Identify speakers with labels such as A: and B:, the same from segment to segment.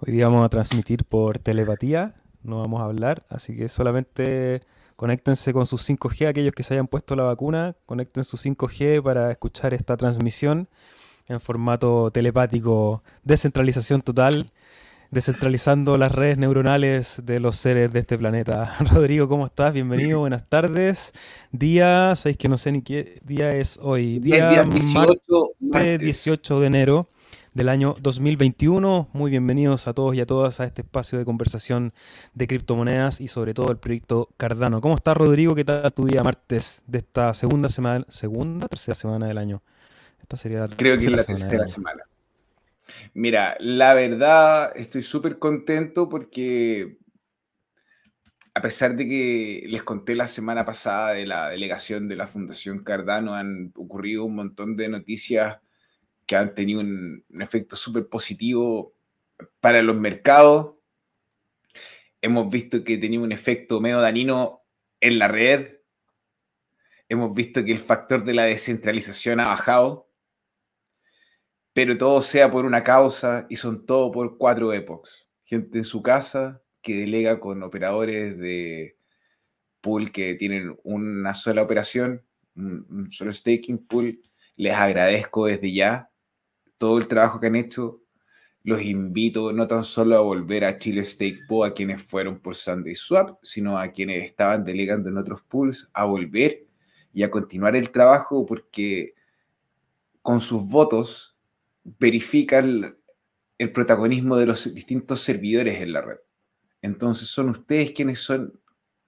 A: Hoy día vamos a transmitir por telepatía, no vamos a hablar, así que solamente conéctense con sus 5G, aquellos que se hayan puesto la vacuna, conecten sus 5G para escuchar esta transmisión en formato telepático, descentralización total, descentralizando las redes neuronales de los seres de este planeta. Rodrigo, ¿cómo estás? Bienvenido, buenas tardes. Día, sabéis que no sé ni qué día es hoy,
B: Hoy día es
A: día
B: día
A: martes
B: 18 martes.
A: 18 de enero del año 2021. Muy bienvenidos a todos y a todas a este espacio de conversación de criptomonedas y sobre todo el proyecto Cardano. ¿Cómo estás, Rodrigo? ¿Qué tal tu día martes de esta segunda semana, segunda, tercera semana del año? Esta sería la
B: Creo que es
A: tercera
B: la
A: semana del
B: tercera
A: año.
B: semana. Mira, la verdad estoy súper contento porque a pesar de que les conté la semana pasada de la delegación de la Fundación Cardano, han ocurrido un montón de noticias que han tenido un efecto súper positivo para los mercados. Hemos visto que tenía un efecto medio dañino en la red. Hemos visto que el factor de la descentralización ha bajado, pero todo sea por una causa y son todo por 4 epochs. Gente en su casa que delega con operadores de pool que tienen una sola operación, un solo staking pool. Les agradezco desde ya todo el trabajo que han hecho. Los invito no tan solo a volver a Chile Stake Pool, a quienes fueron por Sunday Swap, sino a quienes estaban delegando en otros pools, a volver y a continuar el trabajo porque con sus votos verifica el protagonismo de los distintos servidores en la red. Entonces son ustedes quienes son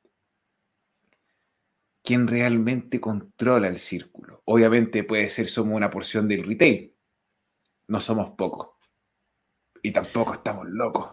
B: quien realmente controla el círculo. Obviamente puede ser somos una porción del retail, no somos pocos y tampoco estamos locos.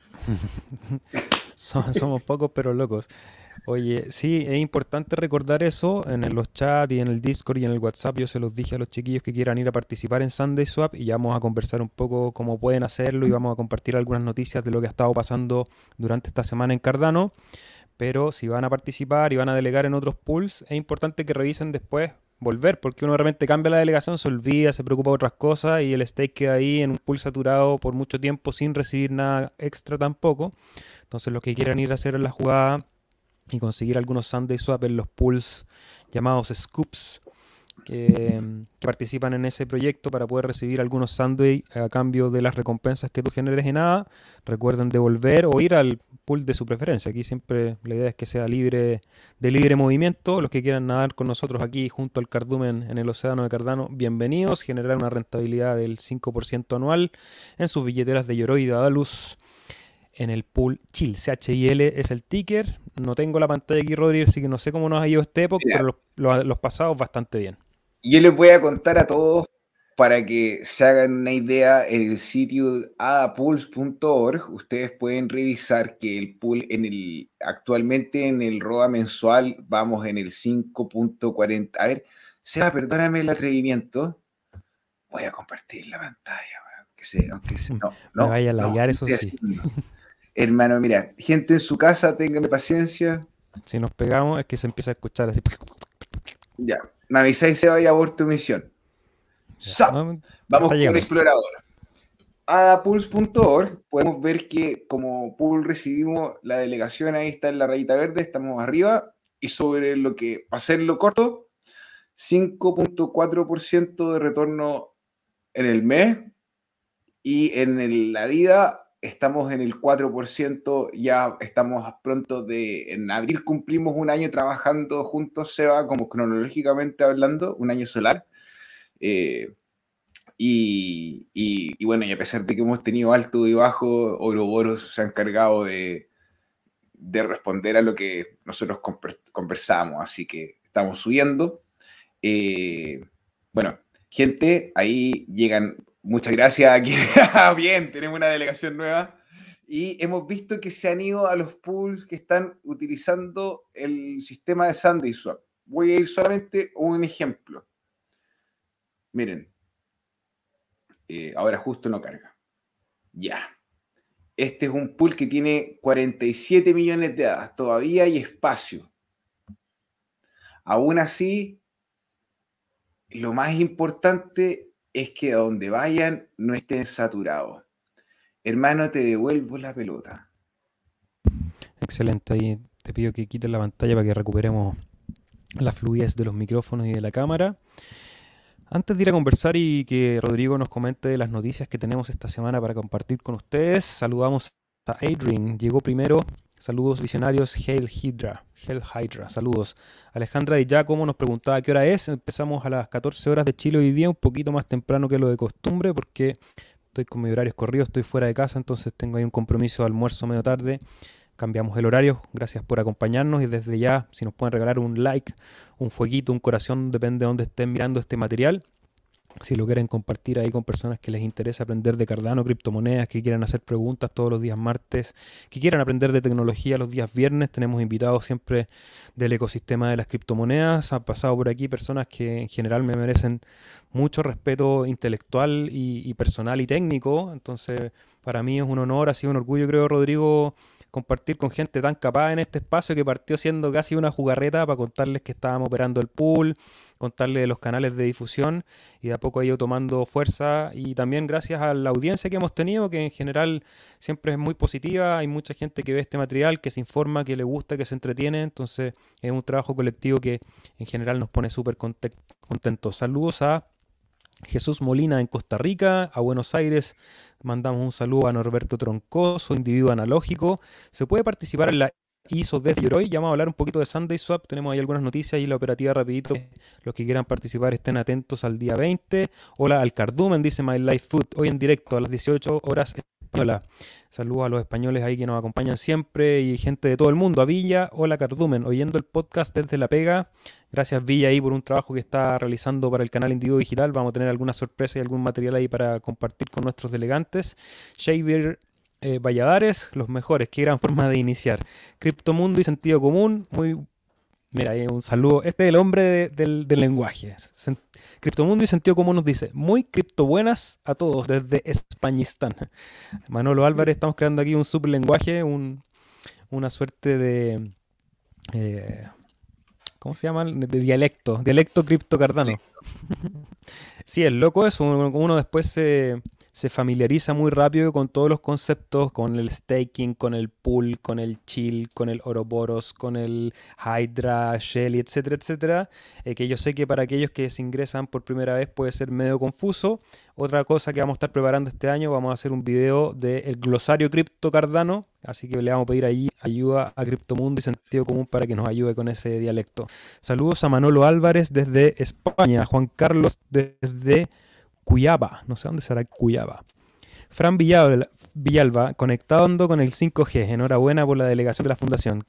A: Somos pocos pero locos. Oye, sí, es importante recordar eso los chats y en el Discord y en el WhatsApp. Yo se los dije a los chiquillos que quieran ir a participar en Sunday Swap y ya vamos a conversar un poco cómo pueden hacerlo y vamos a compartir algunas noticias de lo que ha estado pasando durante esta semana en Cardano. Pero si van a participar y van a delegar en otros pools, es importante que revisen después volver, porque uno realmente cambia la delegación, se olvida, se preocupa de otras cosas y el stake queda ahí en un pool saturado por mucho tiempo sin recibir nada extra tampoco. Entonces los que quieran ir a hacer la jugada y conseguir algunos Sunday Swap en los pools llamados Scoops que participan en ese proyecto para poder recibir algunos Sunday a cambio de las recompensas que tú generes en ADA. Recuerden devolver o ir al pool de su preferencia. Aquí siempre la idea es que sea libre de libre movimiento. Los que quieran nadar con nosotros aquí junto al cardumen en el océano de Cardano, bienvenidos. Generar una rentabilidad del 5% anual en sus billeteras de Yoroi y de Adalus en el pool Chill. CHIL es el ticker. No tengo la pantalla aquí, Rodri, así que no sé cómo nos ha ido este época,
B: Mira,
A: pero los pasados bastante bien.
B: yo les voy a contar a todos para que se hagan una idea en el sitio adapools.org. Ustedes pueden revisar que el pool actualmente en el ROA mensual vamos en el 5.40. A ver, Seba, perdóname el atrevimiento. Voy a compartir la pantalla, aunque sea, no,
A: Me
B: no,
A: vaya a
B: no,
A: laguear,
B: ¿qué
A: eso
B: estoy
A: sí.
B: haciendo? Hermano, mira, gente en su casa, ténganme paciencia.
A: Si nos pegamos es que se empieza a escuchar así.
B: Ya, me avisáis, Seba, y aborto misión.
A: Ya,
B: ¡Zap!
A: no,
B: Vamos
A: está
B: con
A: llegando.
B: explorador. Adapools.org, podemos ver que como pool recibimos la delegación, ahí está en la rayita verde, estamos arriba, y sobre lo que, para hacerlo corto, 5.4% de retorno en el mes, y la vida estamos en el 4%, ya estamos pronto en abril cumplimos un año trabajando juntos, Seba, como cronológicamente hablando, un año solar. Eh, y bueno, y a pesar de que hemos tenido alto y bajo, Ouroboros se ha encargado de responder a lo que nosotros conversamos, así que estamos subiendo. Eh, bueno, gente, ahí llegan. Muchas gracias. Aquí. Bien, tenemos una delegación nueva. Y hemos visto que se han ido a los pools que están utilizando el sistema de Sunday Swap. Voy a ir solamente a un ejemplo. Miren, ahora justo no carga. Ya. Este es un pool que tiene 47 millones de hadas. Todavía hay espacio. Aún así, lo más importante es que a donde vayan no estén saturados. hermano, te devuelvo la pelota.
A: Excelente, ahí te pido que quites la pantalla para que recuperemos la fluidez de los micrófonos y de la cámara. Antes de ir a conversar y que Rodrigo nos comente las noticias que tenemos esta semana para compartir con ustedes, saludamos a Adrian, llegó primero. Saludos visionarios, Hail Hydra, saludos. Alejandra Di Giacomo nos preguntaba qué hora es. Empezamos a las 14 horas de Chile hoy día, un poquito más temprano que lo de costumbre porque estoy con mis horarios corridos, estoy fuera de casa, entonces tengo ahí un compromiso de almuerzo medio tarde. Cambiamos el horario, gracias por acompañarnos y desde ya, si nos pueden regalar un like, un fueguito, un corazón, depende de dónde estén mirando este material. Si lo quieren compartir ahí con personas que les interesa aprender de Cardano, criptomonedas, que quieran hacer preguntas todos los días martes, que quieran aprender de tecnología los días viernes, tenemos invitados siempre del ecosistema de las criptomonedas. Han pasado por aquí personas que en general me merecen mucho respeto intelectual y personal y técnico. Entonces, para mí es un honor, ha sido un orgullo, creo, Rodrigo, compartir con gente tan capaz en este espacio que partió siendo casi una jugarreta para contarles que estábamos operando el pool, contarles de los canales de difusión y de a poco ha ido tomando fuerza y también gracias a la audiencia que hemos tenido, que en general siempre es muy positiva, hay mucha gente que ve este material, que se informa, que le gusta, que se entretiene, entonces es un trabajo colectivo que en general nos pone súper contentos. Saludos a Jesús Molina en Costa Rica, a Buenos Aires mandamos un saludo a Norberto Troncoso, individuo analógico. Se puede participar en la ISO desde hoy. Ya vamos a hablar un poquito de Sunday Swap. Tenemos ahí algunas noticias y la operativa rapidito. Los que quieran participar estén atentos al día 20. Hola al Cardumen, dice My Life Food. Hoy en directo a las 18 horas española. Saludos a los españoles ahí que nos acompañan siempre y gente de todo el mundo. A Villa, hola Cardumen, oyendo el podcast desde La Pega. Gracias Villa ahí por un trabajo que está realizando para el canal Individuo Digital. Vamos a tener alguna sorpresa y algún material ahí para compartir con nuestros delegantes. Xavier Valladares, los mejores, qué gran forma de iniciar. Criptomundo y sentido común, muy... Mira, un saludo. Este es el hombre del lenguaje. Criptomundo y sentido común nos dice, muy criptobuenas a todos desde Españistán. Manolo Álvarez, estamos creando aquí un sublenguaje, una suerte de... ¿cómo se llama? De dialecto criptocardano. Sí, es loco eso. Uno después se familiariza muy rápido con todos los conceptos, con el staking, con el pool, con el chill, con el Ouroboros, con el Hydra, Shelly, etcétera, etcétera. Que yo sé que para aquellos que se ingresan por primera vez puede ser medio confuso. Otra cosa que vamos a estar preparando este año, vamos a hacer un video del glosario cripto cardano, así que le vamos a pedir ahí ayuda a Criptomundo y Sentido Común para que nos ayude con ese dialecto. Saludos a Manolo Álvarez desde España, Juan Carlos desde Cuyaba, no sé dónde será Cuyaba. Fran Villalba, conectando con el 5G, enhorabuena por la delegación de la fundación.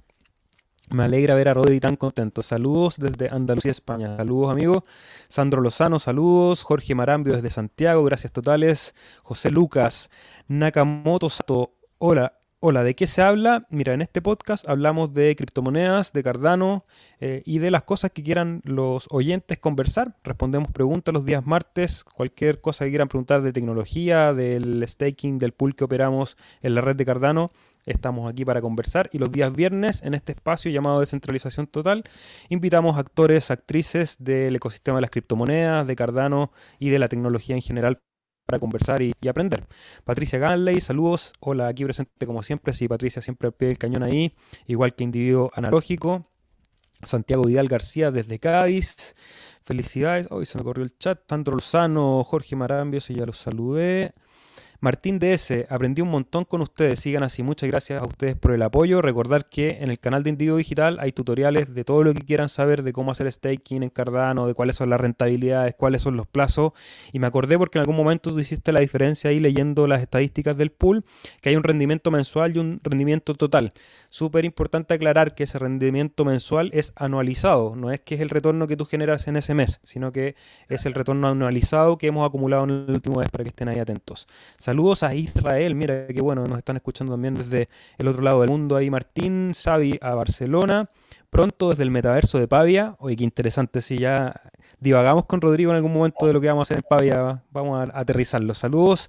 A: Me alegra ver a Rodri tan contento. Saludos desde Andalucía, España. Saludos, amigos. Sandro Lozano, saludos. Jorge Marambio desde Santiago, gracias totales. José Lucas, Nakamoto Sato, hola. Hola, ¿de qué se habla? Mira, en este podcast hablamos de criptomonedas, de Cardano y de las cosas que quieran los oyentes conversar. Respondemos preguntas los días martes, cualquier cosa que quieran preguntar de tecnología, del staking, del pool que operamos en la red de Cardano. Estamos aquí para conversar y los días viernes en este espacio llamado Descentralización Total invitamos actores, actrices del ecosistema de las criptomonedas, de Cardano y de la tecnología en general para conversar y aprender. Patricia Ganley, saludos. Hola, aquí presente como siempre. Sí, Patricia siempre al pie del cañón ahí, igual que individuo analógico. Santiago Vidal García desde Cádiz. Felicidades. Hoy se me corrió el chat. Sandro Lozano, Jorge Marambios, y ya los saludé. Martín DS, aprendí un montón con ustedes, sigan así, muchas gracias a ustedes por el apoyo. Recordar que en el canal de Individuo Digital hay tutoriales de todo lo que quieran saber de cómo hacer staking en Cardano, de cuáles son las rentabilidades, cuáles son los plazos. Y me acordé porque en algún momento tú hiciste la diferencia ahí leyendo las estadísticas del pool, que hay un rendimiento mensual y un rendimiento total. Súper importante aclarar que ese rendimiento mensual es anualizado, no es que es el retorno que tú generas en ese mes, sino que es el retorno anualizado que hemos acumulado en el último mes para que estén ahí atentos. Saludos a Israel, mira que bueno, nos están escuchando también desde el otro lado del mundo ahí Martín, Xavi a Barcelona, pronto desde el metaverso de Pavia. Oye, qué interesante, si ya divagamos con Rodrigo en algún momento de lo que vamos a hacer en Pavia, vamos a aterrizarlo. Saludos,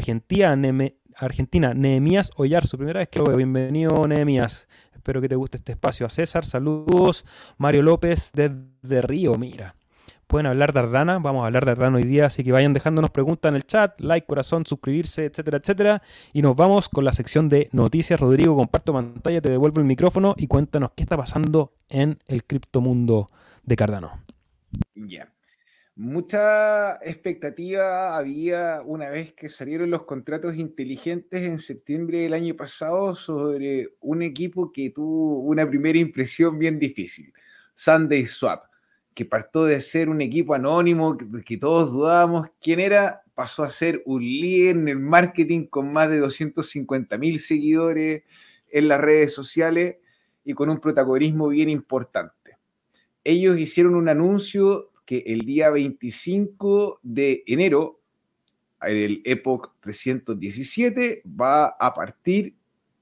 A: Argentina, Nehemías Ollar, su primera vez que lo veo, bienvenido Nehemías, espero que te guste este espacio. A César, saludos, Mario López desde Río, mira. pueden hablar de Ardana. Vamos a hablar de Ardana hoy día, así que vayan dejándonos preguntas en el chat, like, corazón, suscribirse, etcétera, etcétera. Y nos vamos con la sección de noticias. Rodrigo, comparto pantalla, te devuelvo el micrófono y cuéntanos qué está pasando en el criptomundo de Cardano.
B: Ya. Mucha expectativa había una vez que salieron los contratos inteligentes en septiembre del año pasado sobre un equipo que tuvo una primera impresión bien difícil, SundaeSwap, que partió de ser un equipo anónimo que todos dudábamos quién era, pasó a ser un líder en el marketing con más de 250.000 seguidores en las redes sociales y con un protagonismo bien importante. Ellos hicieron un anuncio que el día 25 de enero, el Epoch 317, va a partir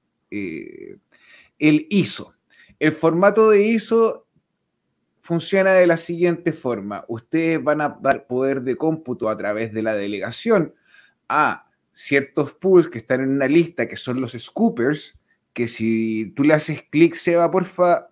B: el ISO. El formato de ISO funciona de la siguiente forma. Ustedes van a dar poder de cómputo a través de la delegación a ciertos pools que están en una lista, que son los scoopers, que si tú le haces clic, Seba, porfa,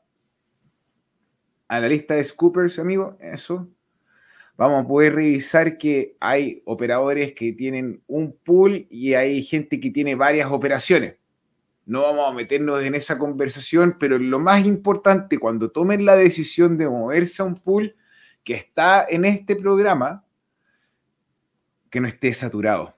B: a la lista de scoopers, amigo, eso. Vamos a poder revisar que hay operadores que tienen un pool y hay gente que tiene varias operaciones. No vamos a meternos en esa conversación, pero lo más importante cuando tomen la decisión de moverse a un pool que está en este programa, que no esté saturado.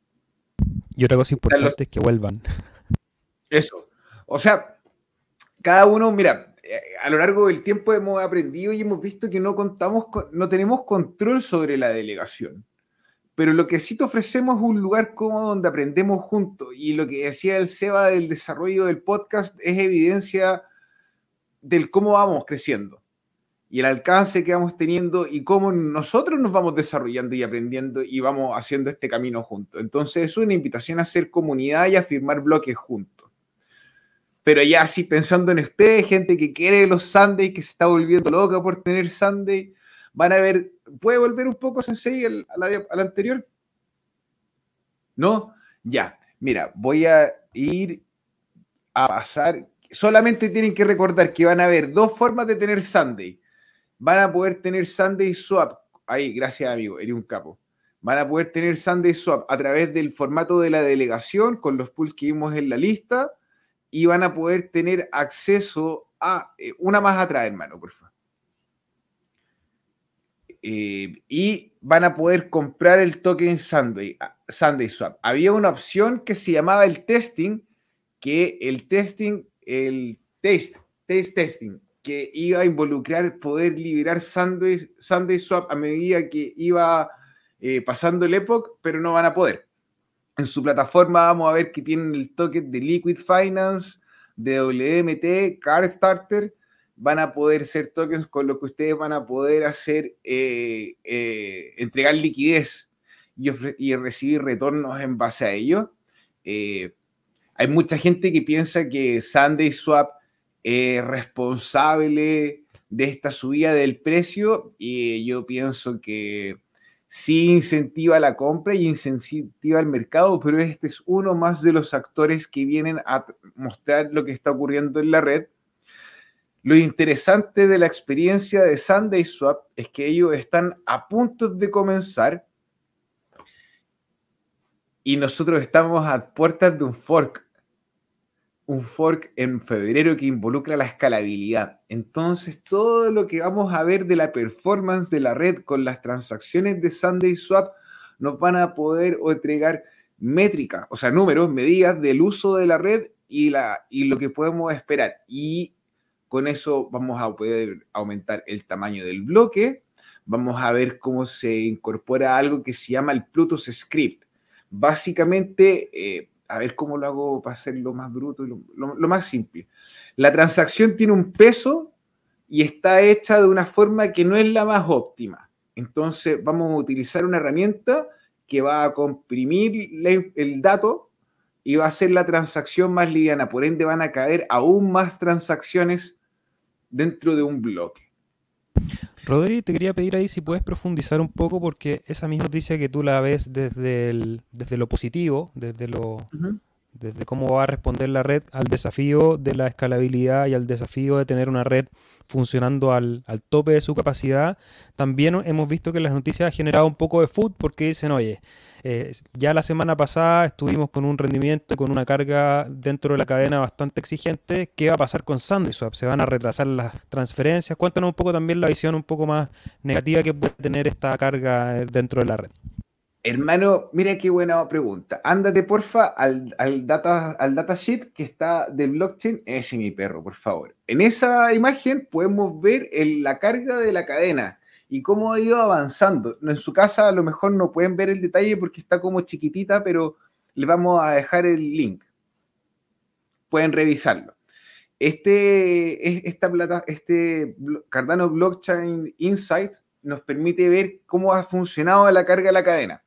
A: Y otra cosa importante es que vuelvan.
B: Eso. O sea, cada uno, mira, a lo largo del tiempo hemos aprendido y hemos visto que no tenemos control sobre la delegación. Pero lo que sí te ofrecemos es un lugar cómodo donde aprendemos juntos. Y lo que decía el Seba del desarrollo del podcast es evidencia del cómo vamos creciendo y el alcance que vamos teniendo y cómo nosotros nos vamos desarrollando y aprendiendo y vamos haciendo este camino juntos. Entonces, eso es una invitación a hacer comunidad y a firmar bloques juntos. Pero ya sí, pensando en ustedes, gente que quiere los Sunday, que se está volviendo loca por tener Sunday, van a ver, ¿puede volver un poco Sensei a la anterior? ¿No? Ya, mira, voy a ir a pasar, solamente tienen que recordar que van a haber dos formas de tener Sunday. Van a poder tener SundaeSwap, ahí, gracias amigo, eres un capo. Van a poder tener SundaeSwap a través del formato de la delegación, con los pools que vimos en la lista, y van a poder tener acceso a una más atrás, hermano, por favor. Y van a poder comprar el token SundaeSwap. Había una opción que se llamaba el testing, que el taste testing, que iba a involucrar poder liberar SundaeSwap a medida que iba pasando el Epoch, pero no van a poder. En su plataforma vamos a ver que tienen el token de Liquid Finance, de WMT, CardStarter. Van a poder ser tokens con los que ustedes van a poder hacer, entregar liquidez y recibir retornos en base a ello. Hay mucha gente que piensa que SundaeSwap es responsable de esta subida del precio y yo pienso que sí incentiva la compra y incentiva el mercado, pero este es uno más de los actores que vienen a mostrar lo que está ocurriendo en la red. Lo interesante de la experiencia de SundaeSwap es que ellos están a punto de comenzar y nosotros estamos a puertas de un fork en febrero que involucra la escalabilidad. Entonces, todo lo que vamos a ver de la performance de la red con las transacciones de SundaeSwap nos van a poder entregar métricas, o sea, números, medidas del uso de la red y lo que podemos esperar. Y con eso vamos a poder aumentar el tamaño del bloque. Vamos a ver cómo se incorpora algo que se llama el Plutus Script. Básicamente, a ver cómo lo hago para hacerlo más bruto y lo más simple. La transacción tiene un peso y está hecha de una forma que no es la más óptima. Entonces vamos a utilizar una herramienta que va a comprimir el dato y va a hacer la transacción más liviana. Por ende van a caer aún más transacciones dentro de un bloque.
A: Rodri, te quería pedir ahí si puedes profundizar un poco porque esa misma noticia que tú la ves desde lo positivo, desde desde cómo va a responder la red al desafío de la escalabilidad y al desafío de tener una red funcionando al tope de su capacidad. También hemos visto que las noticias han generado un poco de food porque dicen, oye, ya la semana pasada estuvimos con un rendimiento y con una carga dentro de la cadena bastante exigente. ¿Qué va a pasar con SandySwap? ¿Se van a retrasar las transferencias? Cuéntanos un poco también la visión un poco más negativa que puede tener esta carga dentro de la red.
B: Hermano, mira qué buena pregunta. Ándate, porfa, al datasheet que está del blockchain. Ese mi perro, por favor. En esa imagen podemos ver la carga de la cadena y cómo ha ido avanzando. En su casa a lo mejor no pueden ver el detalle porque está como chiquitita, pero les vamos a dejar el link. Pueden revisarlo. Cardano Blockchain Insights nos permite ver cómo ha funcionado la carga de la cadena.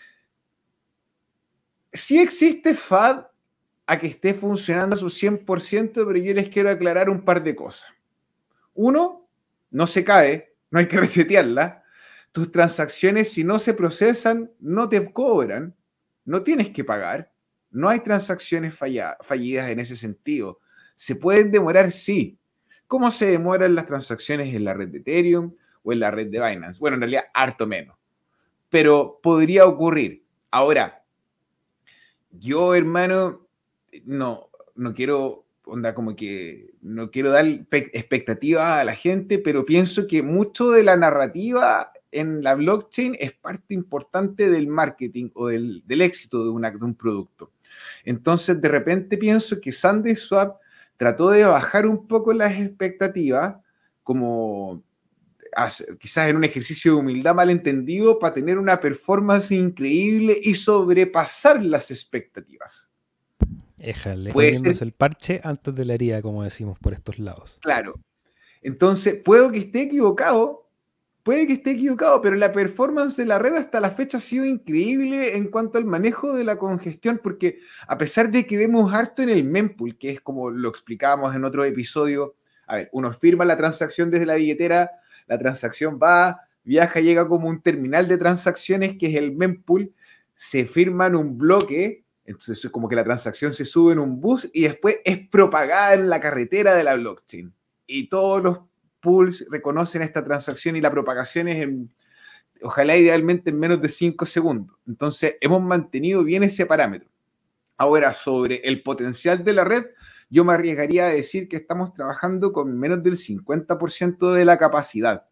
B: Sí existe FAD a que esté funcionando a su 100%, pero yo les quiero aclarar un par de cosas. Uno, no se cae, no hay que resetearla. Tus transacciones, si no se procesan, no te cobran, no tienes que pagar. No hay transacciones fallidas en ese sentido. Se pueden demorar, sí. ¿Cómo se demoran las transacciones en la red de Ethereum o en la red de Binance? Bueno, en realidad, harto menos. Pero podría ocurrir. Ahora, yo, hermano, no quiero, no quiero dar expectativas a la gente, pero pienso que mucho de la narrativa en la blockchain es parte importante del marketing o del éxito de un producto. Entonces, de repente pienso que SandySwap trató de bajar un poco las expectativas, como quizás en un ejercicio de humildad malentendido, para tener una performance increíble y sobrepasar las expectativas.
A: Éjale,
B: Puede ser,
A: poniéndose el parche antes de la herida, como decimos por estos lados.
B: claro. Entonces, puede que esté equivocado, pero la performance de la red hasta la fecha ha sido increíble en cuanto al manejo de la congestión, porque a pesar de que vemos harto en el mempool, que es como lo explicábamos en otro episodio, a ver, uno firma la transacción desde la billetera, la transacción va, viaja, llega como un terminal de transacciones que es el mempool, se firma en un bloque, entonces es como que la transacción se sube en un bus y después es propagada en la carretera de la blockchain. Y todos los pools reconocen esta transacción y la propagación es ojalá idealmente en menos de 5 segundos. Entonces hemos mantenido bien ese parámetro. Ahora, sobre el potencial de la red, yo me arriesgaría a decir que estamos trabajando con menos del 50% de la capacidad.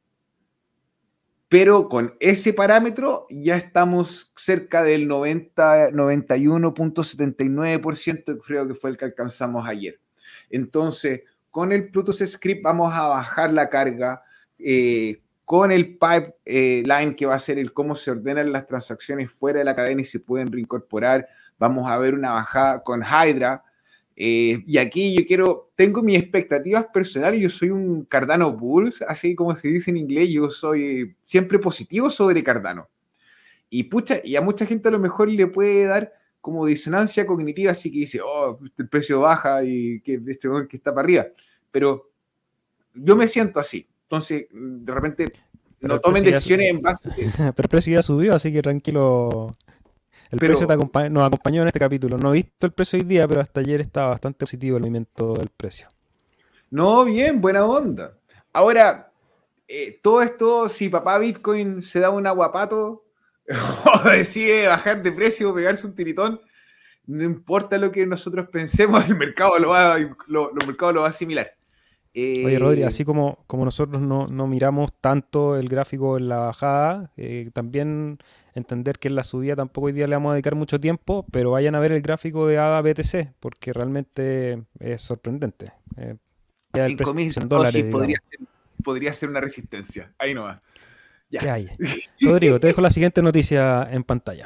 B: Pero con ese parámetro ya estamos cerca del 91.79%, creo que fue el que alcanzamos ayer. Entonces, con el Plutus Script vamos a bajar la carga, con el pipeline que va a ser el cómo se ordenan las transacciones fuera de la cadena y se pueden reincorporar, vamos a ver una bajada con Hydra. Y aquí tengo mis expectativas personales, yo soy un Cardano Bulls, así como se dice en inglés, yo soy siempre positivo sobre Cardano. Y a mucha gente a lo mejor le puede dar como disonancia cognitiva, así que dice, oh, el precio baja y que que está para arriba. Pero yo me siento así. Entonces, de repente,
A: Pero
B: no
A: el
B: tomen
A: precio
B: decisiones en base a...
A: pero el precio ya subió, así que tranquilo. El precio
B: Pero,
A: nos acompañó en este capítulo. No he visto el precio hoy día, pero hasta ayer estaba bastante positivo el movimiento del precio.
B: no, bien, buena onda. Ahora, todo esto, si papá Bitcoin se da un aguapato o decide bajar de precio o pegarse un tiritón, no importa lo que nosotros pensemos, el mercado los mercados lo va a asimilar.
A: Oye, Rodri,
B: Eh,
A: así como nosotros no miramos tanto el gráfico en la bajada, también entender que en la subida tampoco hoy día le vamos a dedicar mucho tiempo, pero vayan a ver el gráfico de ADA BTC, porque realmente es sorprendente. Ya el precio
B: 5.000
A: en
B: dosis
A: dólares, digamos.
B: podría ser una resistencia. Ahí nomás.
A: ¿Qué
B: Ya.
A: hay? Rodrigo, te dejo la siguiente noticia en pantalla.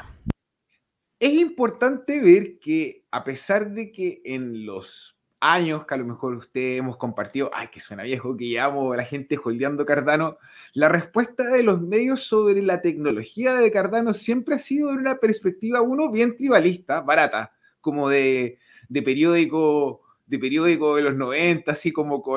B: Es importante ver que a pesar de que en los años que a lo mejor usted hemos compartido, ay, que suena viejo, que llevamos la gente holdeando Cardano, la respuesta de los medios sobre la tecnología de Cardano siempre ha sido de una perspectiva, uno, bien tribalista, barata, como de periódico de los 90, así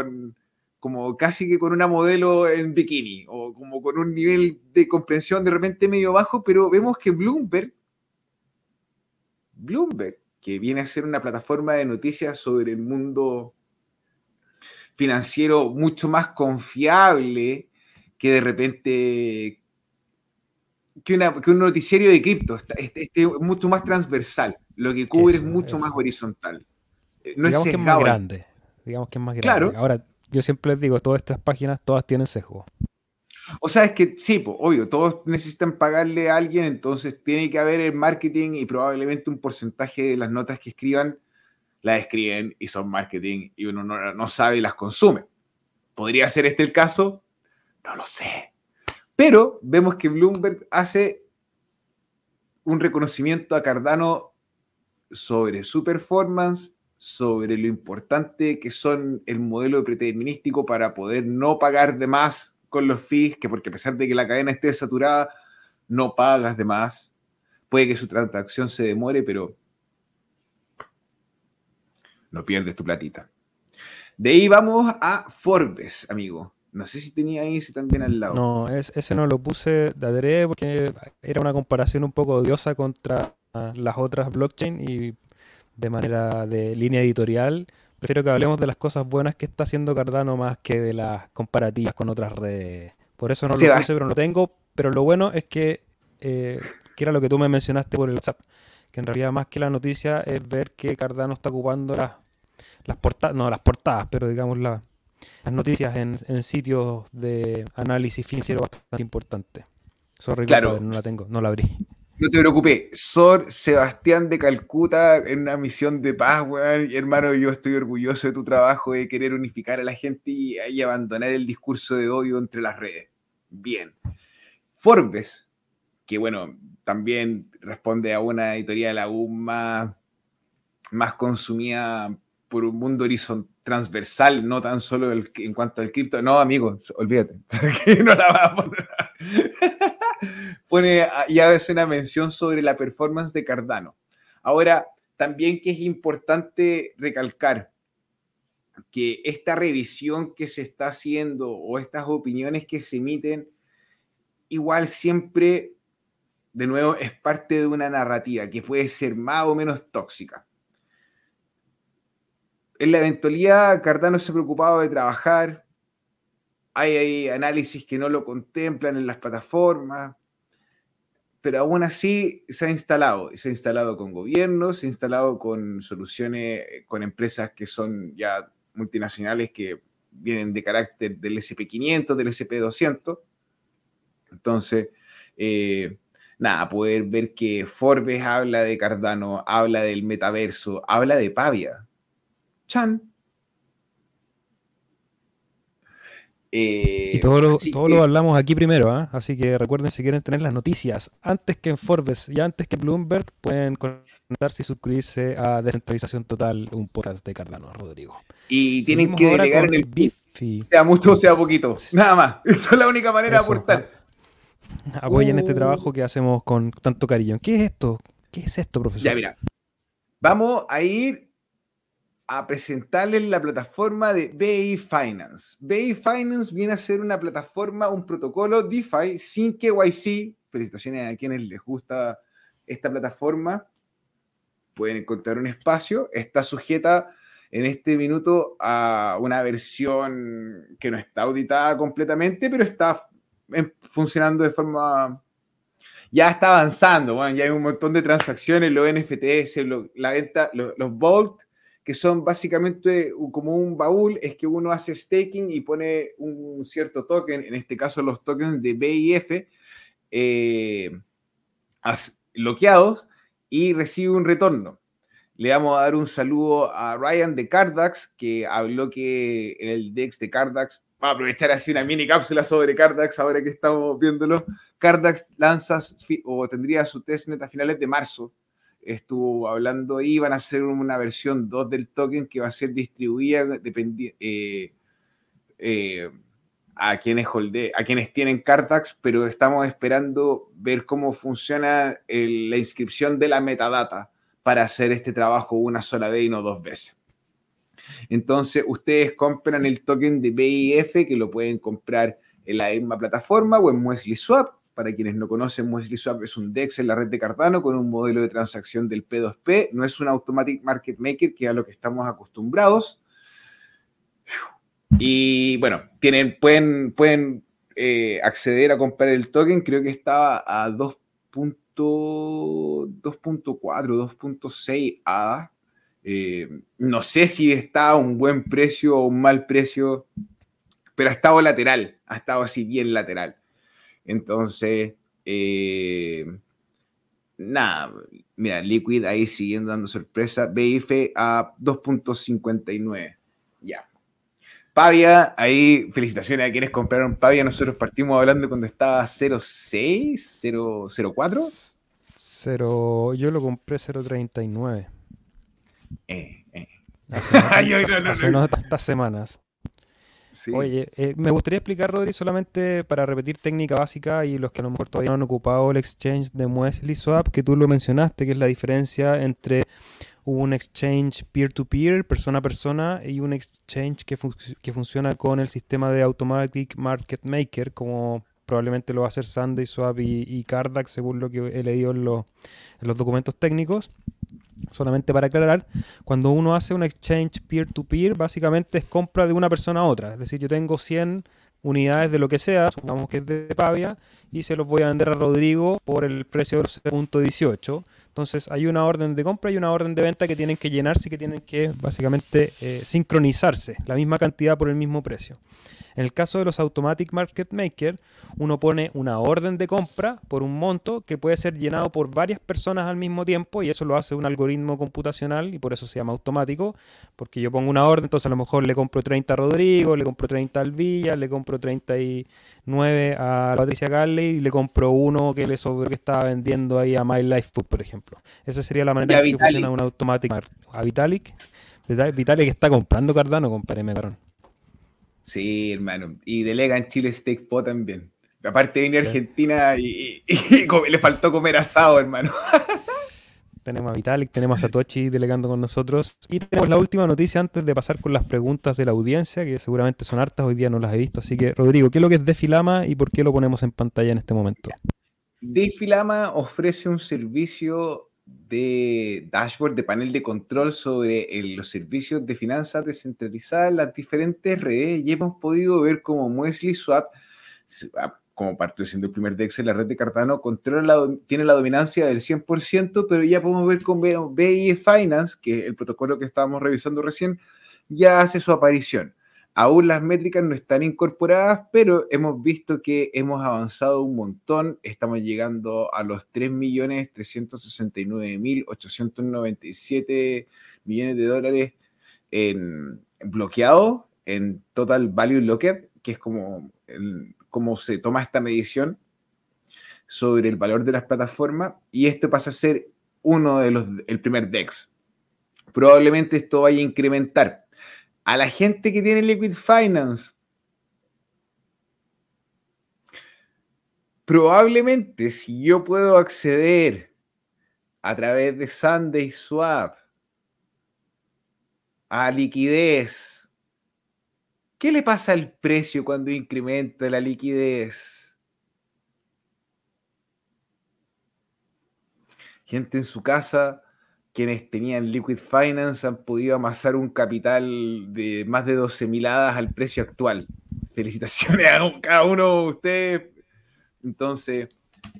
B: como casi que con una modelo en bikini, o como con un nivel de comprensión de repente medio bajo, pero vemos que Bloomberg que viene a ser una plataforma de noticias sobre el mundo financiero mucho más confiable que de repente que un noticiero de cripto. Es mucho más transversal. Lo que cubre es mucho más
A: Eso.
B: horizontal. No es
A: Digamos que es más
B: sesgado ahí.
A: grande. Digamos que es más grande.
B: Claro.
A: Ahora, yo siempre les digo, todas estas páginas, todas tienen sesgo.
B: O sea, es que sí, pues, obvio, todos necesitan pagarle a alguien, entonces tiene que haber el marketing y probablemente un porcentaje de las notas que escriban las escriben y son marketing y uno no sabe y las consume. ¿Podría ser este el caso? No lo sé. Pero vemos que Bloomberg hace un reconocimiento a Cardano sobre su performance, sobre lo importante que son el modelo predeterminístico para poder no pagar de más con los fees, que porque a pesar de que la cadena esté saturada, no pagas de más. Puede que su transacción se demore, pero no pierdes tu platita. De ahí vamos a Forbes, amigo. No sé si tenía ahí, si también al lado.
A: No, ese no lo puse de adrede porque era una comparación un poco odiosa contra las otras blockchain y de manera de línea editorial. Prefiero que hablemos de las cosas buenas que está haciendo Cardano más que de las comparativas con otras redes. Por eso no lo
B: Sebas,
A: puse, pero lo tengo. Pero lo bueno es que era lo que tú me mencionaste por el WhatsApp, que en realidad más que la noticia es ver que Cardano está ocupando las portadas, no las portadas, pero digamos las noticias en sitios de análisis financiero bastante importantes. Sorry, compadre,
B: claro,
A: no la tengo, no la abrí.
B: no te preocupes. Sor Sebastián de Calcuta en una misión de paz, weón. Y hermano, yo estoy orgulloso de tu trabajo de querer unificar a la gente y abandonar el discurso de odio entre las redes. Bien. Forbes, que bueno, también responde a una editorial aún más consumida por un mundo transversal, no tan solo en cuanto al cripto. No, amigo, olvídate. No la va a poner. Ya es una mención sobre la performance de Cardano. Ahora, también que es importante recalcar que esta revisión que se está haciendo o estas opiniones que se emiten, igual siempre, de nuevo, es parte de una narrativa que puede ser más o menos tóxica. En la eventualidad, Cardano se ha preocupado de trabajar, hay análisis que no lo contemplan en las plataformas, pero aún así se ha instalado con gobiernos, se ha instalado con soluciones, con empresas que son ya multinacionales que vienen de carácter del SP500, del SP200. Entonces, nada, poder ver que Forbes habla de Cardano, habla del metaverso, habla de Pavia. Chan.
A: Y todo
B: Así
A: todo lo
B: que,
A: hablamos aquí primero, ¿ah? Así que recuerden, si quieren tener las noticias antes que en Forbes y antes que Bloomberg, pueden conectarse y suscribirse a Descentralización Total, un podcast de Cardano, Rodrigo.
B: y tienen
A: Seguimos
B: que
A: ahora
B: delegar
A: con
B: en el pool,
A: Biffy.
B: sea mucho o sea poquito, nada más. Esa es la única manera de
A: Eso,
B: aportar.
A: apoyen este
B: Uh,
A: trabajo que hacemos con tanto cariño. ¿Qué es esto? ¿Qué es esto,
B: ya,
A: profesor?
B: mira, vamos a ir a presentarles la plataforma de BI Finance. BI Finance viene a ser una plataforma, un protocolo DeFi sin KYC. Felicitaciones a quienes les gusta esta plataforma. Pueden encontrar un espacio. Está sujeta en este minuto a una versión que no está auditada completamente, pero está funcionando de forma... Ya está avanzando, bueno, ya hay un montón de transacciones, los NFTs, la venta, los Vault, que son básicamente como un baúl, es que uno hace staking y pone un cierto token, en este caso los tokens de BIF, bloqueados, y recibe un retorno. Le vamos a dar un saludo a Ryan de Cardax, que habló que en el DEX de Cardax, va a aprovechar así una mini cápsula sobre Cardax, ahora que estamos viéndolo. Cardax lanza o tendría su testnet a finales de marzo. Estuvo hablando ahí, van a hacer una versión 2 del token que va a ser distribuida a quienes tienen Cardax, pero estamos esperando ver cómo funciona la inscripción de la metadata para hacer este trabajo una sola vez y no dos veces. Entonces, ustedes compran el token de BIF, que lo pueden comprar en la misma plataforma o en Muesli Swap, Para quienes no conocen, Muesli Swap es un DEX en la red de Cardano con un modelo de transacción del P2P. No es un automatic market maker, que es a lo que estamos acostumbrados. Y bueno, pueden acceder a comprar el token. Creo que estaba a 2.4, 2.6 ADA. No sé si está a un buen precio o un mal precio, pero ha estado lateral, ha estado así bien lateral. Entonces, nada, mira, Liquid ahí siguiendo dando sorpresa. BIF a 2.59. Ya. Pavia, ahí felicitaciones a quienes compraron Pavia. Nosotros partimos hablando cuando estaba 0.6, 0.04.
A: Yo lo compré 0.39.
B: Eh, eh.
A: Hace no tantas semanas.
B: Sí.
A: Oye, me gustaría explicar, Rodri, solamente para repetir técnica básica y los que a lo mejor todavía no han ocupado el exchange de Muesli Swap, que tú lo mencionaste, que es la diferencia entre un exchange peer-to-peer, persona a persona, y un exchange que funciona con el sistema de Automatic Market Maker, como probablemente lo va a hacer SundaeSwap y Cardax, según lo que he leído en los documentos técnicos. Solamente para aclarar, cuando uno hace un exchange peer-to-peer, básicamente es compra de una persona a otra. Es decir, yo tengo 100 unidades de lo que sea, supongamos que es de Pavia, y se los voy a vender a Rodrigo por el precio de 0.18. Entonces hay una orden de compra y una orden de venta que tienen que llenarse y que tienen que básicamente sincronizarse, la misma cantidad por el mismo precio. En el caso de los Automatic Market Maker, uno pone una orden de compra por un monto que puede ser llenado por varias personas al mismo tiempo, y eso lo hace un algoritmo computacional y por eso se llama automático, porque yo pongo una orden, entonces a lo mejor le compro 30 a Rodrigo, le compro 30 al Villa, le compro 39 a Patricia Carley y le compro uno que le sobró que estaba vendiendo ahí a My Life Food, por ejemplo. Esa sería la manera
B: Ya,
A: en que funciona
B: Vitalik.
A: un Automatic Market. ¿A Vitalik? Vitalik está comprando Cardano, compadre Megarón.
B: Sí, hermano. Y delega en Chile Steak Po también. Aparte vine a
A: ¿Ves?
B: Argentina y le faltó comer asado, hermano.
A: Tenemos a Vitalik, tenemos a Satoshi delegando con nosotros. Y tenemos la última noticia antes de pasar con las preguntas de la audiencia, que seguramente son hartas, hoy día no las he visto. Así que, Rodrigo, ¿qué es lo que es DeFi Lama y por qué lo ponemos en pantalla en este momento?
B: DeFi Lama ofrece un servicio de dashboard, de panel de control sobre los servicios de finanzas descentralizadas en las diferentes redes, y hemos podido ver cómo Muesli Swap, como partió siendo el primer DEX en la red de Cardano, tiene la dominancia del 100%, pero ya podemos ver con BI Finance, que es el protocolo que estábamos revisando recién, ya hace su aparición. Aún las métricas no están incorporadas, pero hemos visto que hemos avanzado un montón. Estamos llegando a los 3.369.897 millones de dólares en bloqueado, en Total Value Locked, que es como se toma esta medición sobre el valor de las plataformas, y este pasa a ser el primer DEX. Probablemente esto vaya a incrementar. A la gente que tiene Liquid Finance, probablemente si yo puedo acceder a través de SundaeSwap a liquidez, ¿qué le pasa al precio cuando incrementa la liquidez? Gente en su casa, quienes tenían Liquid Finance han podido amasar un capital de más de 12.000 hadas al precio actual. Felicitaciones a cada uno de ustedes. Entonces,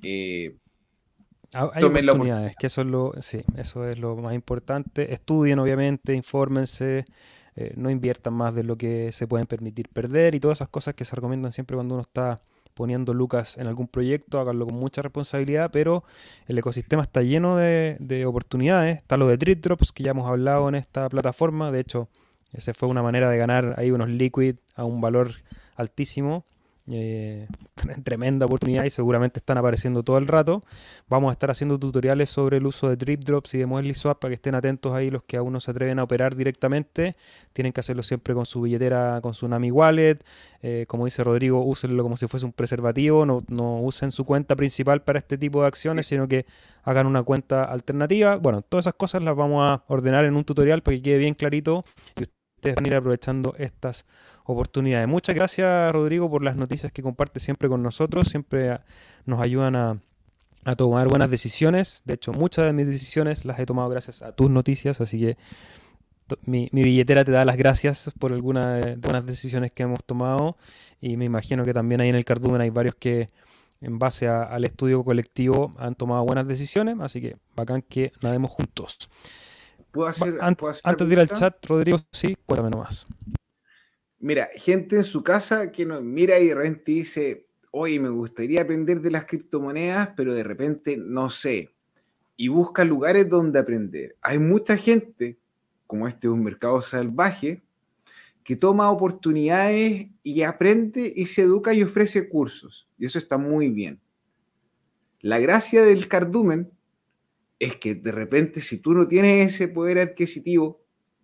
A: Hay
B: tomen la
A: oportunidades,
B: oportunidad.
A: que sí, eso es lo más importante. Estudien, obviamente, infórmense, no inviertan más de lo que se pueden permitir perder y todas esas cosas que se recomiendan siempre cuando uno está poniendo lucas en algún proyecto, háganlo con mucha responsabilidad, pero el ecosistema está lleno de oportunidades. Está lo de Drip Drops, que ya hemos hablado en esta plataforma. De hecho, esa fue una manera de ganar ahí unos liquid a un valor altísimo. eh, Tremenda oportunidad y seguramente están apareciendo todo el rato. Vamos a estar haciendo tutoriales sobre el uso de Drip Drops y de Muesli Swap para que estén atentos ahí los que aún no se atreven a operar directamente. Tienen que hacerlo siempre con su billetera, con su Nami Wallet. Como dice Rodrigo, úsenlo como si fuese un preservativo. No usen su cuenta principal para este tipo de acciones, sino que hagan una cuenta alternativa. Bueno, todas esas cosas las vamos a ordenar en un tutorial para que quede bien clarito y ustedes van a ir aprovechando estas oportunidades. Muchas gracias, Rodrigo, por las noticias que comparte siempre con nosotros. Siempre nos ayudan a tomar buenas decisiones. De hecho, muchas de mis decisiones las he tomado gracias a tus noticias, así que mi billetera te da las gracias por algunas buenas decisiones que hemos tomado y me imagino que también ahí en el cardumen hay varios que en base al estudio colectivo han tomado buenas decisiones, así que bacán que nademos juntos.
B: ¿Puedo hacer una
A: Antes de ir al
B: pregunta?
A: chat, Rodrigo, sí, cuéntame nomás.
B: Mira, gente en su casa que nos mira y de repente dice, oye, me gustaría aprender de las criptomonedas, pero de repente no sé. Y busca lugares donde aprender. Hay mucha gente, como este es un mercado salvaje, que toma oportunidades y aprende y se educa y ofrece cursos. Y eso está muy bien. La gracia del cardumen es que de repente si tú no tienes ese poder adquisitivo,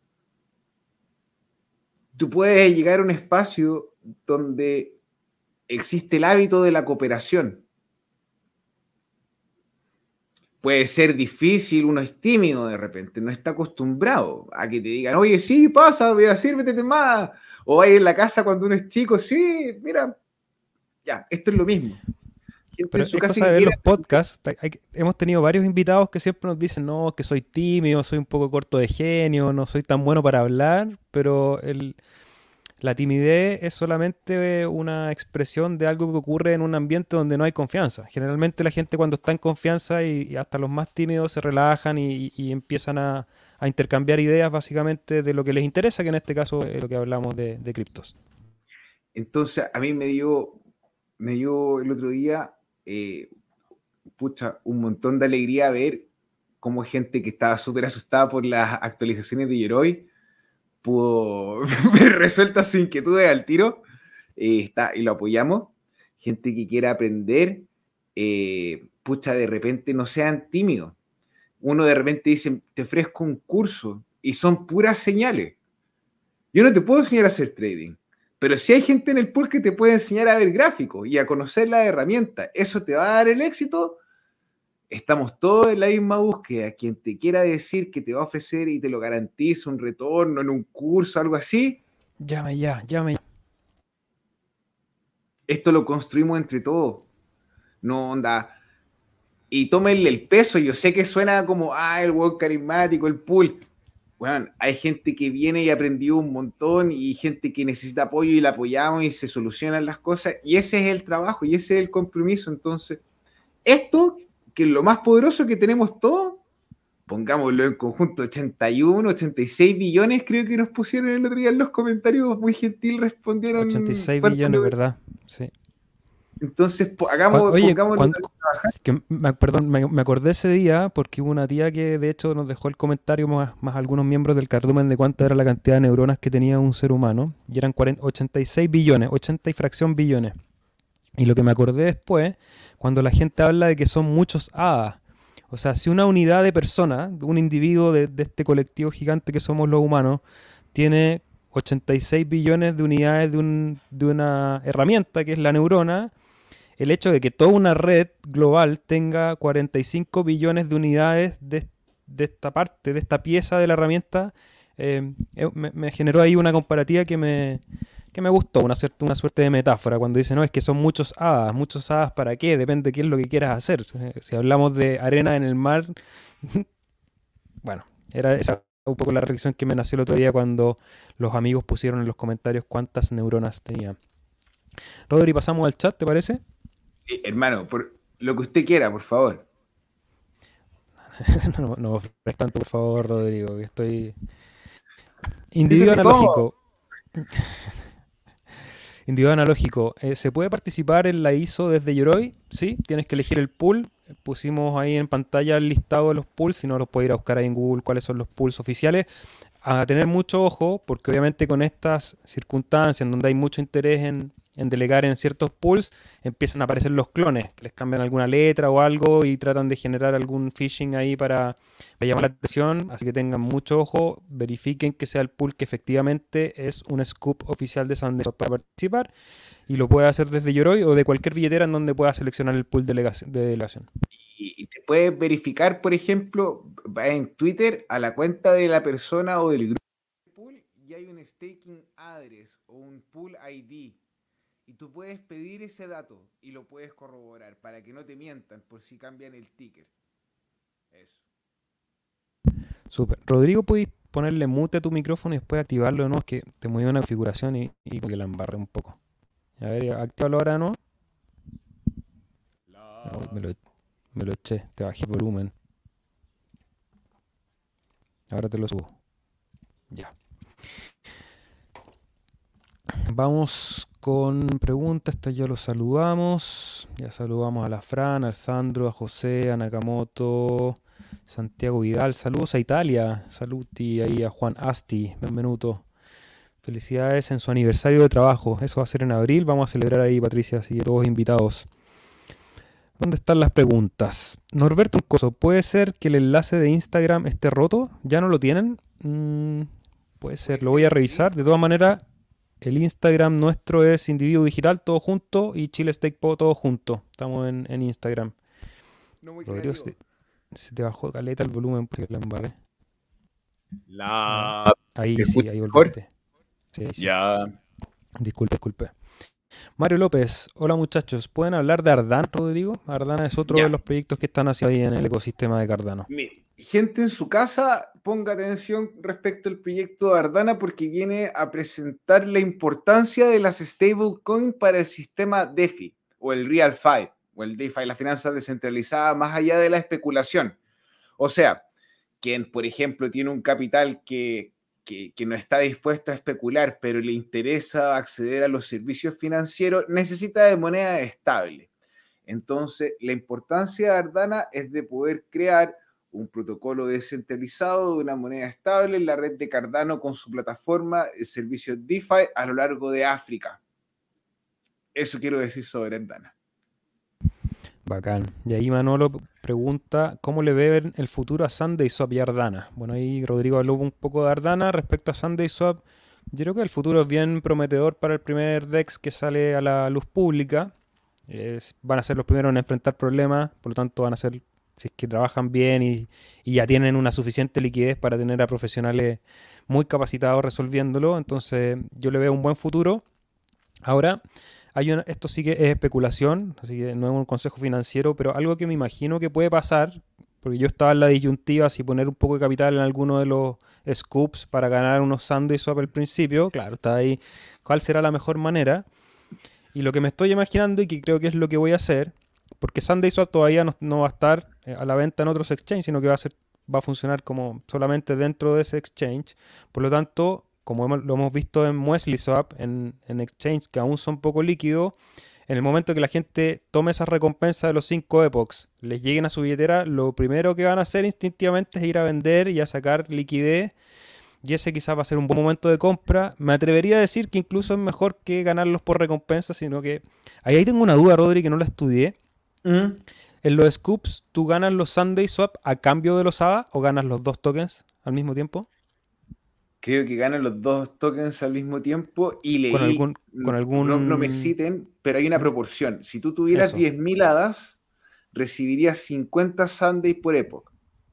B: tú puedes llegar a un espacio donde existe el hábito de la cooperación. Puede ser difícil, uno es tímido de repente, no está acostumbrado a que te digan, oye, sí, pasa, mira, sírvete más. O hay en la casa cuando uno es chico, sí, mira, ya, esto es lo mismo. Gente en
A: Pero
B: su
A: es
B: casa
A: cosa
B: que
A: de ver
B: quiere
A: los podcasts. Hemos tenido varios invitados que siempre nos dicen, no, que soy tímido, soy un poco corto de genio, no soy tan bueno para hablar, pero la timidez es solamente una expresión de algo que ocurre en un ambiente donde no hay confianza. Generalmente la gente cuando está en confianza y hasta los más tímidos se relajan y empiezan a intercambiar ideas básicamente de lo que les interesa, que en este caso es lo que hablamos de criptos.
B: Entonces, a mí me dio el otro día, eh, pucha, un montón de alegría ver cómo gente que estaba súper asustada por las actualizaciones de Yoroi pudo ver resueltas sus inquietudes al tiro, y lo apoyamos. Gente que quiera aprender, pucha, de repente no sean tímidos. Uno de repente dice, te ofrezco un curso y son puras señales. Yo no te puedo enseñar a hacer trading, pero si hay gente en el pool que te puede enseñar a ver gráficos y a conocer las herramientas, eso te va a dar el éxito. Estamos todos en la misma búsqueda. Quien te quiera decir que te va a ofrecer y te lo garantiza un retorno en un curso, algo así,
A: Llame ya, llame ya.
B: esto lo construimos entre todos. No onda. Y tómenle el peso. Yo sé que suena como, el hueón carismático, el pool. Bueno, hay gente que viene y aprendió un montón y gente que necesita apoyo y la apoyamos y se solucionan las cosas. Y ese es el trabajo y ese es el compromiso. Entonces, esto, que es lo más poderoso que tenemos todos, pongámoslo en conjunto, 81, 86 billones creo que nos pusieron el otro día en los comentarios, muy gentil respondieron
A: 86
B: cuánto
A: billones, ¿verdad? Sí.
B: entonces
A: Oye,
B: pongámoslo.
A: perdón, me acordé ese día porque hubo una tía que de hecho nos dejó el comentario más algunos miembros del cardumen de cuánta era la cantidad de neuronas que tenía un ser humano y eran 86 billones, 80 y fracción billones. Y lo que me acordé después, cuando la gente habla de que son muchos hadas. O sea, si una unidad de persona, un individuo de este colectivo gigante que somos los humanos, tiene 86 billones de unidades de una herramienta que es la neurona, el hecho de que toda una red global tenga 45 billones de unidades de esta parte, de esta pieza de la herramienta, me generó ahí una comparativa que me gustó, una suerte de metáfora, cuando dice, no, es que son muchos hadas ¿para qué? Depende de qué es lo que quieras hacer. Si hablamos de arena en el mar, bueno, era esa un poco la reflexión que me nació el otro día cuando los amigos pusieron en los comentarios cuántas neuronas tenía. Rodri, pasamos al chat, ¿te parece?
B: Sí, hermano, por lo que usted quiera, por favor.
A: No me ofrezcas tanto, por favor, Rodrigo, que estoy... Individuo
B: Siéntete cómodo.
A: analógico. Individuo analógico. ¿Se puede participar en la ISO desde Yoroi? Sí, tienes que elegir el pool. Pusimos ahí en pantalla el listado de los pools, si no los puedes ir a buscar ahí en Google cuáles son los pools oficiales. A tener mucho ojo, porque obviamente con estas circunstancias en donde hay mucho interés en delegar en ciertos pools, empiezan a aparecer los clones, que les cambian alguna letra o algo y tratan de generar algún phishing ahí para llamar la atención. Así que tengan mucho ojo, verifiquen que sea el pool que efectivamente es un scoop oficial de SanDisk para participar y lo puede hacer desde Yoroi o de cualquier billetera en donde pueda seleccionar el pool de delegación.
B: Y te puedes verificar, por ejemplo, va en Twitter a la cuenta de la persona o del grupo del pool y hay hay un staking address o un pool ID y tú puedes pedir ese dato y lo puedes corroborar para que no te mientan por si cambian el ticker. Eso.
A: Súper. Rodrigo, ¿puedes ponerle mute a tu micrófono y después activarlo de nuevo? Es que te movió una configuración y como que la embarré un poco. A ver, actívalo ahora, ¿no? No, me lo eché, te bajé el volumen. Ahora te lo subo. Ya. Vamos con preguntas. Esta ya lo saludamos. Ya saludamos a la Fran, al Sandro, a José, a Nakamoto, Santiago Vidal. Saludos a Italia. Saluti ahí a Juan Asti. Benvenuto. Felicidades en su aniversario de trabajo. Eso va a ser en abril. Vamos a celebrar ahí, Patricia. Así que todos invitados. ¿Dónde están las preguntas? Norberto Coso, ¿puede ser que el enlace de Instagram esté roto? ¿Ya no lo tienen? Puede ser,
B: Puede
A: lo voy
B: ser
A: a
B: el
A: revisar. De
B: inicio.
A: todas maneras, el Instagram nuestro es Individuo Digital, todo junto, y Chile Steak Po, todo junto. Estamos en Instagram.
B: No muy
A: Rodrigo,
B: creativo.
A: se te bajó caleta el volumen porque la embarré. A ver.
B: La... ¿Te
A: Ahí sí,
B: escuchas
A: ahí
B: mejor?
A: volviste. Sí, sí.
B: Ya.
A: Disculpe, disculpe. Mario López, hola muchachos. ¿Pueden hablar de Ardana, Rodrigo? Ardana es otro de
B: Ya.
A: los proyectos que están haciendo ahí en el ecosistema de Cardano.
B: Gente en su casa, ponga atención respecto al proyecto de Ardana porque viene a presentar la importancia de las stablecoin para el sistema DeFi o el Real Fi o el DeFi, la finanza descentralizada más allá de la especulación. O sea, quien, por ejemplo, tiene un capital que no está dispuesto a especular, pero le interesa acceder a los servicios financieros, necesita de moneda estable. Entonces, la importancia de Ardana es de poder crear un protocolo descentralizado de una moneda estable en la red de Cardano con su plataforma de servicios DeFi a lo largo de África. Eso quiero decir sobre Ardana.
A: Bacán. Y ahí Manolo pregunta, ¿cómo le ven el futuro a SundaeSwap y Ardana? Bueno, ahí Rodrigo habló un poco de Ardana. Respecto a SundaeSwap, yo creo que el futuro es bien prometedor para el primer DEX que sale a la luz pública. Van a ser los primeros en enfrentar problemas, por lo tanto van a ser, si es que trabajan bien y ya tienen una suficiente liquidez para tener a profesionales muy capacitados resolviéndolo, entonces yo le veo un buen futuro. Ahora, esto sí que es especulación, así que no es un consejo financiero, pero algo que me imagino que puede pasar, porque yo estaba en la disyuntiva si poner un poco de capital en alguno de los scoops para ganar unos Sunday swap al principio, claro, está ahí cuál será la mejor manera. Y lo que me estoy imaginando y que creo que es lo que voy a hacer, porque SundaySwap todavía no va a estar a la venta en otros exchanges, sino que va a funcionar como solamente dentro de ese exchange. Por lo tanto, como lo hemos visto en MuesliSwap, en exchange que aún son poco líquidos, en el momento que la gente tome esas recompensas de los 5 epochs, les lleguen a su billetera, lo primero que van a hacer instintivamente es ir a vender y a sacar liquidez y ese quizás va a ser un buen momento de compra. Me atrevería a decir que incluso es mejor que ganarlos por recompensa, sino que... Ahí tengo una duda, Rodri, que no la estudié. En los scoops, ¿tú ganas los Sunday Swap a cambio de los ADA o ganas los dos tokens al mismo tiempo?
B: Creo que ganan los dos tokens al mismo tiempo y
A: Con
B: leí,
A: algún... Con
B: no me
A: algún...
B: citen, pero hay una
A: ¿Mm?
B: proporción. Si tú tuvieras
A: Eso,
B: 10.000 hadas, recibirías 50 Sundays por época.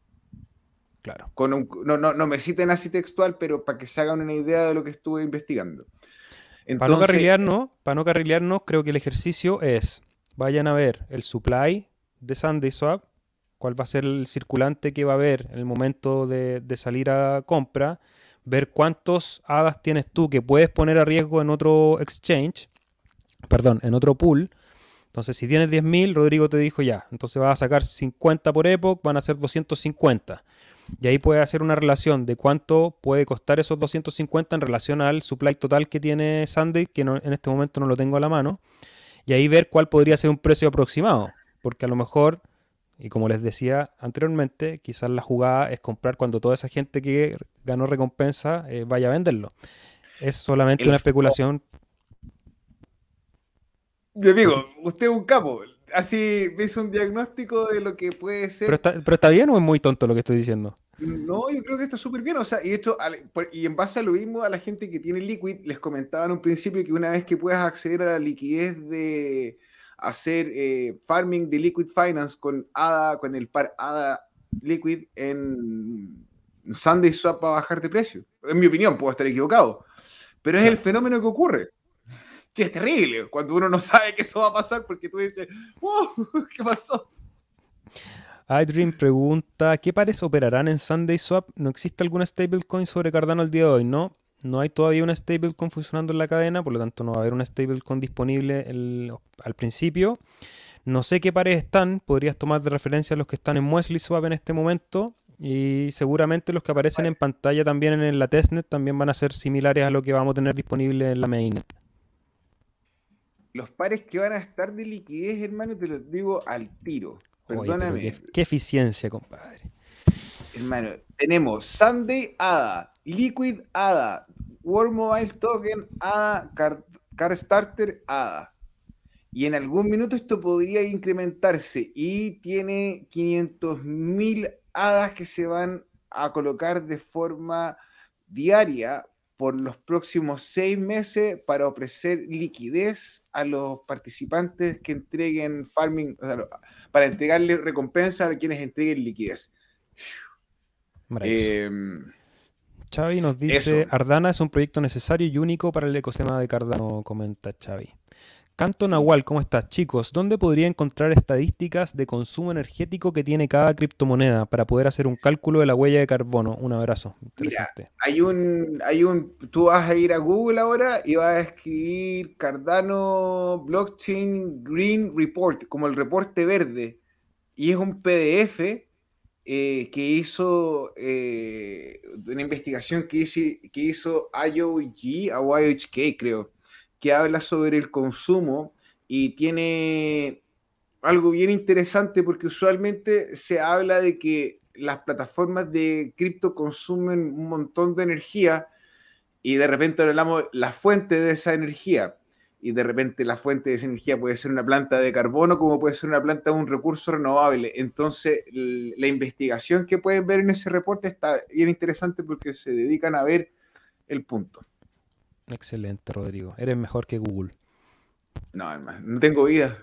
A: claro.
B: No me citen así textual, pero para que se hagan una idea de lo que estuve investigando. Entonces,
A: Para no carrilearnos, creo que el ejercicio es, vayan a ver el supply de SundaySwap, cuál va a ser el circulante que va a haber en el momento de salir a compra, ver cuántos hadas tienes tú que puedes poner a riesgo en otro exchange, perdón, en otro pool. Entonces, si tienes 10.000, Rodrigo te dijo ya, entonces vas a sacar 50 por Epoch, van a ser 250. Y ahí puedes hacer una relación de cuánto puede costar esos 250 en relación al supply total que tiene Sunday, que en este momento no lo tengo a la mano. Y ahí ver cuál podría ser un precio aproximado. Porque a lo mejor, y como les decía anteriormente, quizás la jugada es comprar cuando toda esa gente que ganó recompensa vaya a venderlo. Es solamente
B: el
A: una especulación.
B: Mi amigo,
A: Ujú.
B: usted es un capo. Así me hizo un diagnóstico de lo que puede ser.
A: Pero está bien o es muy tonto lo que estoy diciendo.
B: No, yo creo que está súper bien. O sea, y de hecho, y en base a lo mismo, a la gente que tiene Liquid, les comentaba en un principio que una vez que puedas acceder a la liquidez de hacer farming de Liquid Finance con ADA, con el par ADA Liquid SundaeSwap va a bajar de precio. En mi opinión, puedo estar equivocado. Pero es el
A: Claro.
B: fenómeno que ocurre. Que es terrible cuando uno no sabe que eso va a pasar porque tú dices, ¡wow! ¿Qué pasó?
A: iDream pregunta, ¿qué pares operarán en SundaySwap? ¿No existe alguna stablecoin sobre Cardano al día de hoy? No, no hay todavía una stablecoin funcionando en la cadena, por lo tanto no va a haber una stablecoin disponible al principio. No sé qué pares están, podrías tomar de referencia los que están en Muesli Swap en este momento y seguramente los que aparecen en pantalla también en la testnet también van a ser similares a lo que vamos a tener disponible en la mainnet.
B: Los pares que van a estar de liquidez, hermano, te los digo al tiro.
A: Oye, pero
B: Perdóname,
A: qué eficiencia, compadre.
B: hermano. Tenemos Sunday ADA, Liquid ADA, World Mobile Token ADA, Card Starter ADA. Y en algún minuto esto podría incrementarse y tiene 500.000 hadas que se van a colocar de forma diaria por los próximos 6 meses para ofrecer liquidez a los participantes que entreguen farming, o sea, para entregarle recompensa a quienes entreguen liquidez.
A: Maravilloso.
B: Eh,
A: Xavi nos dice,
B: eso.
A: Ardana es un proyecto necesario y único para el ecosistema de Cardano, comenta Xavi. Canto Nahual, ¿cómo estás, chicos? ¿Dónde podría encontrar estadísticas de consumo energético que tiene cada criptomoneda para poder hacer un cálculo de la huella de carbono? Un abrazo.
B: Mira,
A: Interesante.
B: tú vas a ir a Google ahora y vas a escribir Cardano Blockchain Green Report, como el reporte verde. Y es un PDF que hizo una investigación que hizo IOG o IOHK, creo, que habla sobre el consumo y tiene algo bien interesante porque usualmente se habla de que las plataformas de cripto consumen un montón de energía y de repente hablamos la fuente de esa energía. Y de repente la fuente de esa energía puede ser una planta de carbono como puede ser una planta de un recurso renovable. Entonces, la investigación que pueden ver en ese reporte está bien interesante porque se dedican a ver el punto.
A: Excelente, Rodrigo. Eres mejor que Google.
B: No, hermano, no tengo vida.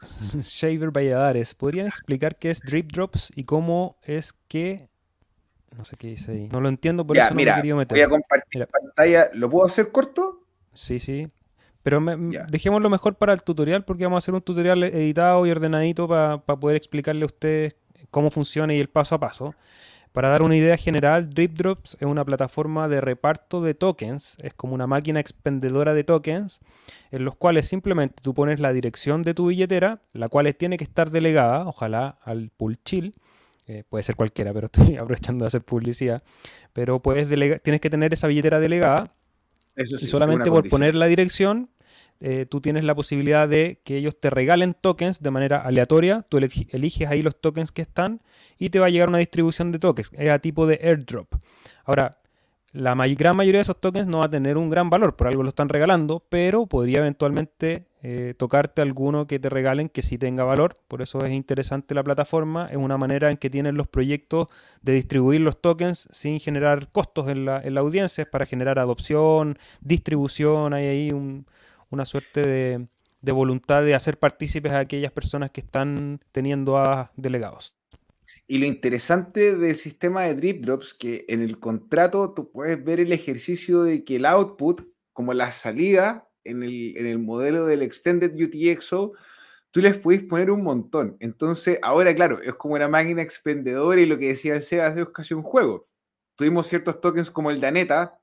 A: Shaver Valladares, ¿podrían explicar qué es Drip Drops y cómo es que... No sé qué dice ahí. No lo entiendo, por
B: Ya,
A: eso no me he
B: mira,
A: querido
B: voy a
A: meter.
B: compartir
A: Mira,
B: pantalla. ¿Lo puedo hacer corto?
A: sí, sí. Pero
B: Ya.
A: dejémoslo mejor para el tutorial porque vamos a hacer un tutorial editado y ordenadito para poder explicarle a ustedes cómo funciona y el paso a paso. Para dar una idea general, DripDrops es una plataforma de reparto de tokens, es como una máquina expendedora de tokens, en los cuales simplemente tú pones la dirección de tu billetera, la cual tiene que estar delegada, ojalá al pool chill, puede ser cualquiera, pero estoy aprovechando de hacer publicidad, pero tienes que tener esa billetera delegada
B: Eso
A: y
B: sí, es una
A: solamente por
B: condición.
A: poner la dirección, tú tienes la posibilidad de que ellos te regalen tokens de manera aleatoria. Tú eliges ahí los tokens que están y te va a llegar una distribución de tokens. Es a tipo de airdrop. Ahora, la gran mayoría de esos tokens no va a tener un gran valor, por algo lo están regalando, pero podría eventualmente tocarte alguno que te regalen que sí tenga valor. Por eso es interesante la plataforma. Es una manera en que tienen los proyectos de distribuir los tokens sin generar costos en la audiencia. Es para generar adopción, distribución. Hay ahí una suerte de voluntad de hacer partícipes a aquellas personas que están teniendo a delegados.
B: Y lo interesante del sistema de drip drops que en el contrato tú puedes ver el ejercicio de que el output, como la salida en el modelo del Extended UTXO, tú les puedes poner un montón. Entonces, ahora, claro, es como una máquina expendedora y lo que decía el Seba es casi un juego. Tuvimos ciertos tokens como el Daneta,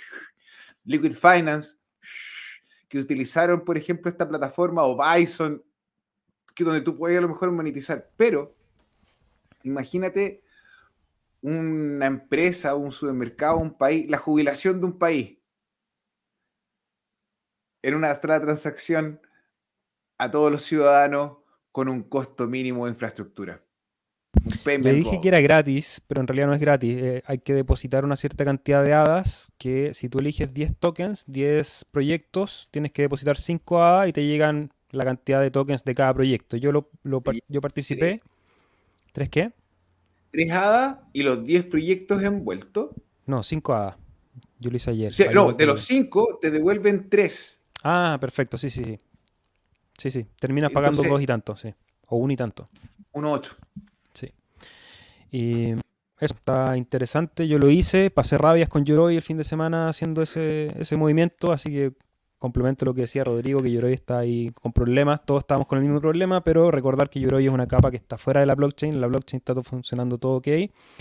B: Liquid Finance, que utilizaron, por ejemplo, esta plataforma o Bison, que donde tú puedes a lo mejor monetizar. Pero imagínate una empresa, un supermercado, un país, la jubilación de un país en una transacción a todos los ciudadanos con un costo mínimo de infraestructura. Un
A: Yo
B: payment
A: dije que
B: ball.
A: era gratis, pero en realidad no es gratis. Hay que depositar una cierta cantidad de hadas que si tú eliges 10 tokens, 10 proyectos, tienes que depositar 5 hadas y te llegan la cantidad de tokens de cada proyecto. Yo
B: Tres,
A: participé. ¿Tres qué?
B: tres hadas y los 10 proyectos envueltos.
A: No, 5 hadas. Yo lo hice
B: O
A: ayer.
B: sea,
A: Ahí
B: no,
A: lo
B: de los
A: que...
B: 5 te devuelven 3.
A: Ah, perfecto. Sí, sí, sí. Sí, sí. Terminas pagando
B: Entonces,
A: 2 y tanto, sí. O 1 y tanto.
B: un 8.
A: Sí. Y eso está interesante. Yo lo hice, pasé rabias con Yoroi el fin de semana haciendo ese movimiento, así que complemento lo que decía Rodrigo, que Yoroi está ahí con problemas. Todos estamos con el mismo problema, pero recordar que Yoroi es una capa que está fuera de la blockchain está todo funcionando todo ok.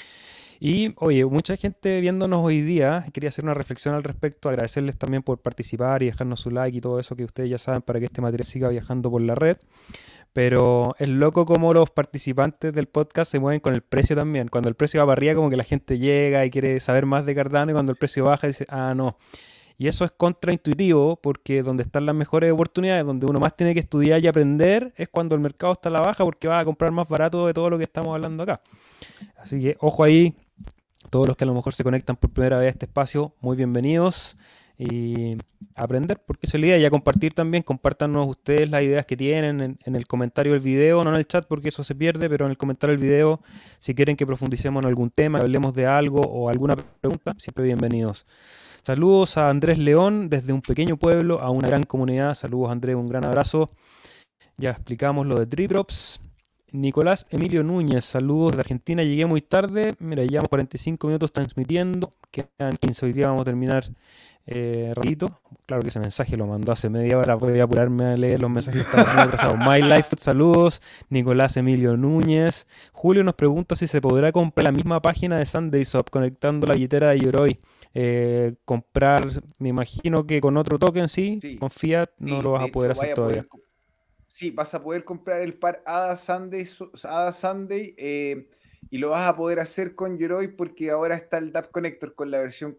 A: Y oye, mucha gente viéndonos hoy día, quería hacer una reflexión al respecto, agradecerles también por participar y dejarnos su like y todo eso que ustedes ya saben para que este material siga viajando por la red. Pero es loco como los participantes del podcast se mueven con el precio también. Cuando el precio va para arriba, como que la gente llega y quiere saber más de Cardano, y cuando el precio baja, dice, ah, no. Y eso es contraintuitivo porque donde están las mejores oportunidades, donde uno más tiene que estudiar y aprender, es cuando el mercado está a la baja porque va a comprar más barato de todo lo que estamos hablando acá. Así que ojo ahí, todos los que a lo mejor se conectan por primera vez a este espacio, muy bienvenidos. Y aprender, porque esa es la idea, y a compartir también, compártanos ustedes las ideas que tienen en el comentario del video, no en el chat porque eso se pierde, pero en el comentario del video, si quieren que profundicemos en algún tema, hablemos de algo o alguna pregunta, siempre bienvenidos. Saludos a Andrés León desde un pequeño pueblo a una gran comunidad. Saludos Andrés, un gran abrazo. Ya explicamos lo de Tree Drops. Nicolás Emilio Núñez, saludos de Argentina. Llegué muy tarde. Mira, llevamos 45 minutos transmitiendo. Quedan 15. Hoy día vamos a terminar rapidito. Claro que ese mensaje lo mandó hace media hora. Voy a apurarme a leer los mensajes que están muy atrasados. My Life, saludos. Nicolás Emilio Núñez. Julio nos pregunta si se podrá comprar la misma página de SundaySwap conectando la billetera de Yoroi. Comprar, me imagino que con otro token, sí.
B: Sí,
A: Con Fiat no
B: sí,
A: lo vas
B: de
A: a poder
B: hecho
A: hacer todavía.
B: sí, vas a poder comprar el par ADA Sunday, ADA Sunday y lo vas a poder hacer con Yoroi porque ahora está el DApp Connector con la versión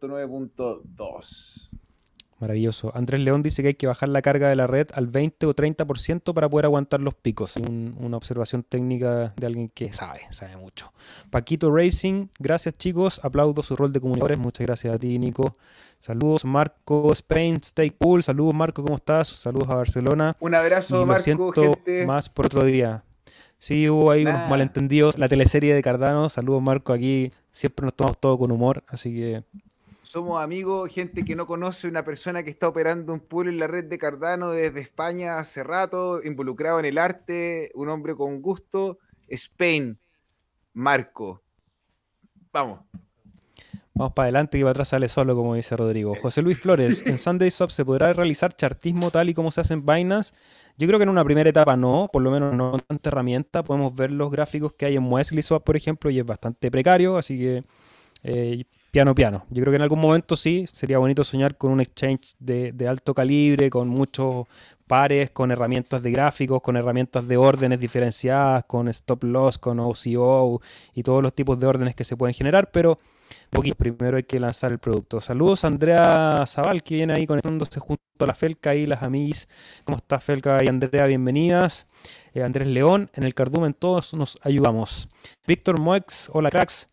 B: 4.9.2.
A: Maravilloso. Andrés León dice que hay que bajar la carga de la red al 20 o 30% para poder aguantar los picos. Una observación técnica de alguien que sabe mucho. Paquito Racing, gracias chicos. Aplaudo su rol de comunicadores. Muchas gracias a ti, Nico. Saludos, Marco Spain, Stay Cool. Saludos, Marco, ¿cómo estás? Saludos a Barcelona.
B: Un
A: Y
B: abrazo,
A: lo
B: Marco,
A: siento
B: gente.
A: más por otro día. Sí, hubo ahí unos
B: Nada.
A: malentendidos. La teleserie de Cardano. Saludos, Marco. Aquí siempre nos tomamos todo con humor. Así que
B: Somos amigos, gente que no conoce una persona que está operando un pool en la red de Cardano desde España hace rato, involucrado en el arte, un hombre con gusto. Spain, Marco. Vamos.
A: vamos para adelante y para atrás sale solo, como dice Rodrigo.
B: Eso.
A: José Luis Flores, ¿en SundaySwap se podrá realizar chartismo tal y como se hace en Binance? Yo creo que en una primera etapa no, por lo menos no con tanta herramienta. Podemos ver los gráficos que hay en MuesliSwap, por ejemplo, y es bastante precario, así que piano piano. Yo creo que en algún momento sí, sería bonito soñar con un exchange de alto calibre, con muchos pares, con herramientas de gráficos, con herramientas de órdenes diferenciadas, con stop loss, con OCO y todos los tipos de órdenes que se pueden generar, pero poquito, primero hay que lanzar el producto. Saludos a Andrea Zaval, que viene ahí conectándose junto a la Felca y las amiguis. ¿Cómo está Felca y Andrea? Bienvenidas. Andrés León, en el cardumen todos nos ayudamos. Víctor Moex, hola cracks.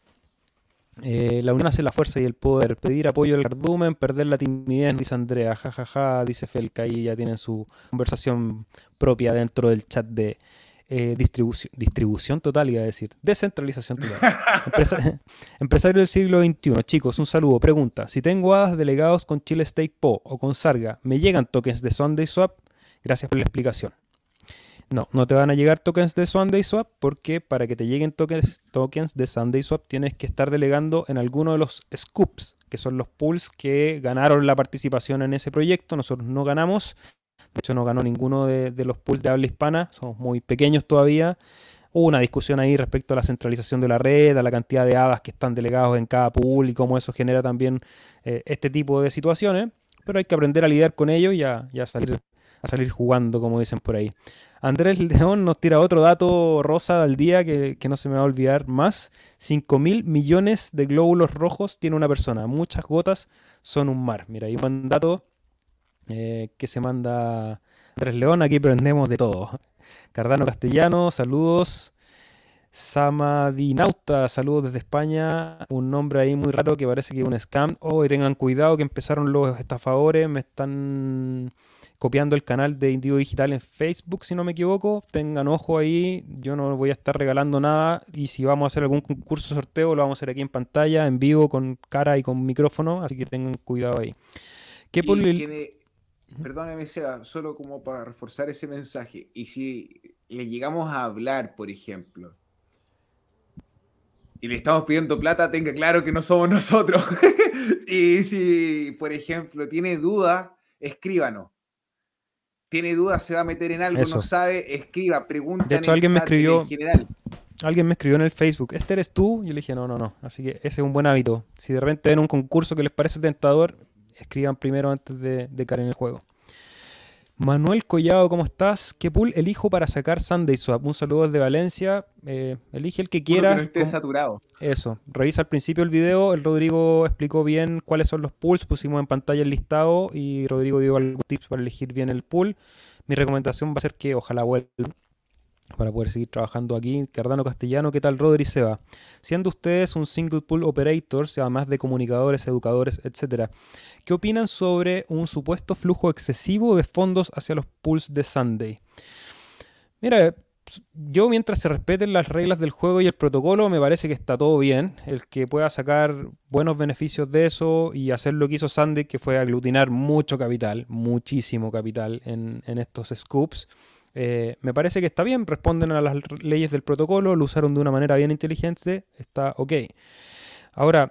A: La unión hace la fuerza y el poder. Pedir apoyo al cardumen, perder la timidez, dice Andrea. Ja, ja, ja, dice Felca. Y ya tienen su conversación propia dentro del chat de distribución total, iba a decir. Descentralización total. Empresario del siglo XXI. Chicos, un saludo. Pregunta. Si tengo hadas delegados con Chile Stake Po o con Sarga, ¿me llegan tokens de SundaySwap? Gracias por la explicación. No, no te van a llegar tokens de SundaySwap porque para que te lleguen tokens de SundaySwap tienes que estar delegando en alguno de los scoops, que son los pools que ganaron la participación en ese proyecto. Nosotros no ganamos, de hecho no ganó ninguno de los pools de habla hispana, somos muy pequeños todavía. Hubo una discusión ahí respecto a la centralización de la red, a la cantidad de hadas que están delegados en cada pool y cómo eso genera también este tipo de situaciones, pero hay que aprender a lidiar con ello y a salir jugando, como dicen por ahí. Andrés León nos tira otro dato rosa del día que no se me va a olvidar más. 5.000 millones de glóbulos rojos tiene una persona. Muchas gotas son un mar. Mira, hay un buen dato que se manda Andrés León. Aquí aprendemos de todo. Cardano Castellano, saludos. Samadinauta, saludos desde España. Un nombre ahí muy raro que parece que es un scam. Oh, y tengan cuidado que empezaron los estafadores. Me están copiando el canal de Indigo Digital en Facebook, si no me equivoco. Tengan ojo ahí. Yo no voy a estar regalando nada. Y si vamos a hacer algún concurso sorteo, lo vamos a hacer aquí en pantalla, en vivo, con cara y con micrófono. Así que tengan cuidado ahí. ¿Qué por
B: Y
A: el...
B: quienes, perdóname, Seba, solo como para reforzar ese mensaje. Y si le llegamos a hablar, por ejemplo, y le estamos pidiendo plata, tenga claro que no somos nosotros. Y si, por ejemplo, tiene dudas, escríbanos. Tiene dudas, se va a meter en algo, no
A: Eso.
B: sabe, escriba,
A: De
B: pregunta en
A: hecho,
B: el chat en el general.
A: alguien me escribió en el Facebook, ¿este eres tú? Y yo le dije, no, no, no. Así que ese es un buen hábito. Si de repente ven un concurso que les parece tentador, escriban primero antes de caer en el juego. Manuel Collado, ¿cómo estás? ¿Qué pool elijo para sacar Sunday Swap? Un saludo desde Valencia. Elige el que
B: Uno que no
A: quieras.
B: esté saturado.
A: Eso, revisa al principio el video. El Rodrigo explicó bien cuáles son los pools. Pusimos en pantalla el listado y Rodrigo dio algunos tips para elegir bien el pool. Mi recomendación va a ser que ojalá vuelva para poder seguir trabajando aquí. Cardano Castellano, ¿qué tal Rodri Seba? Siendo ustedes un single pool operator, además de comunicadores, educadores, etcétera, ¿qué opinan sobre un supuesto flujo excesivo de fondos hacia los pools de Sunday? Mira, yo mientras se respeten las reglas del juego y el protocolo, me parece que está todo bien. El que pueda sacar buenos beneficios de eso y hacer lo que hizo Sunday, que fue aglutinar mucho capital, muchísimo capital en estos scoops. Me parece que está bien, responden a las leyes del protocolo, lo usaron de una manera bien inteligente, está ok. Ahora,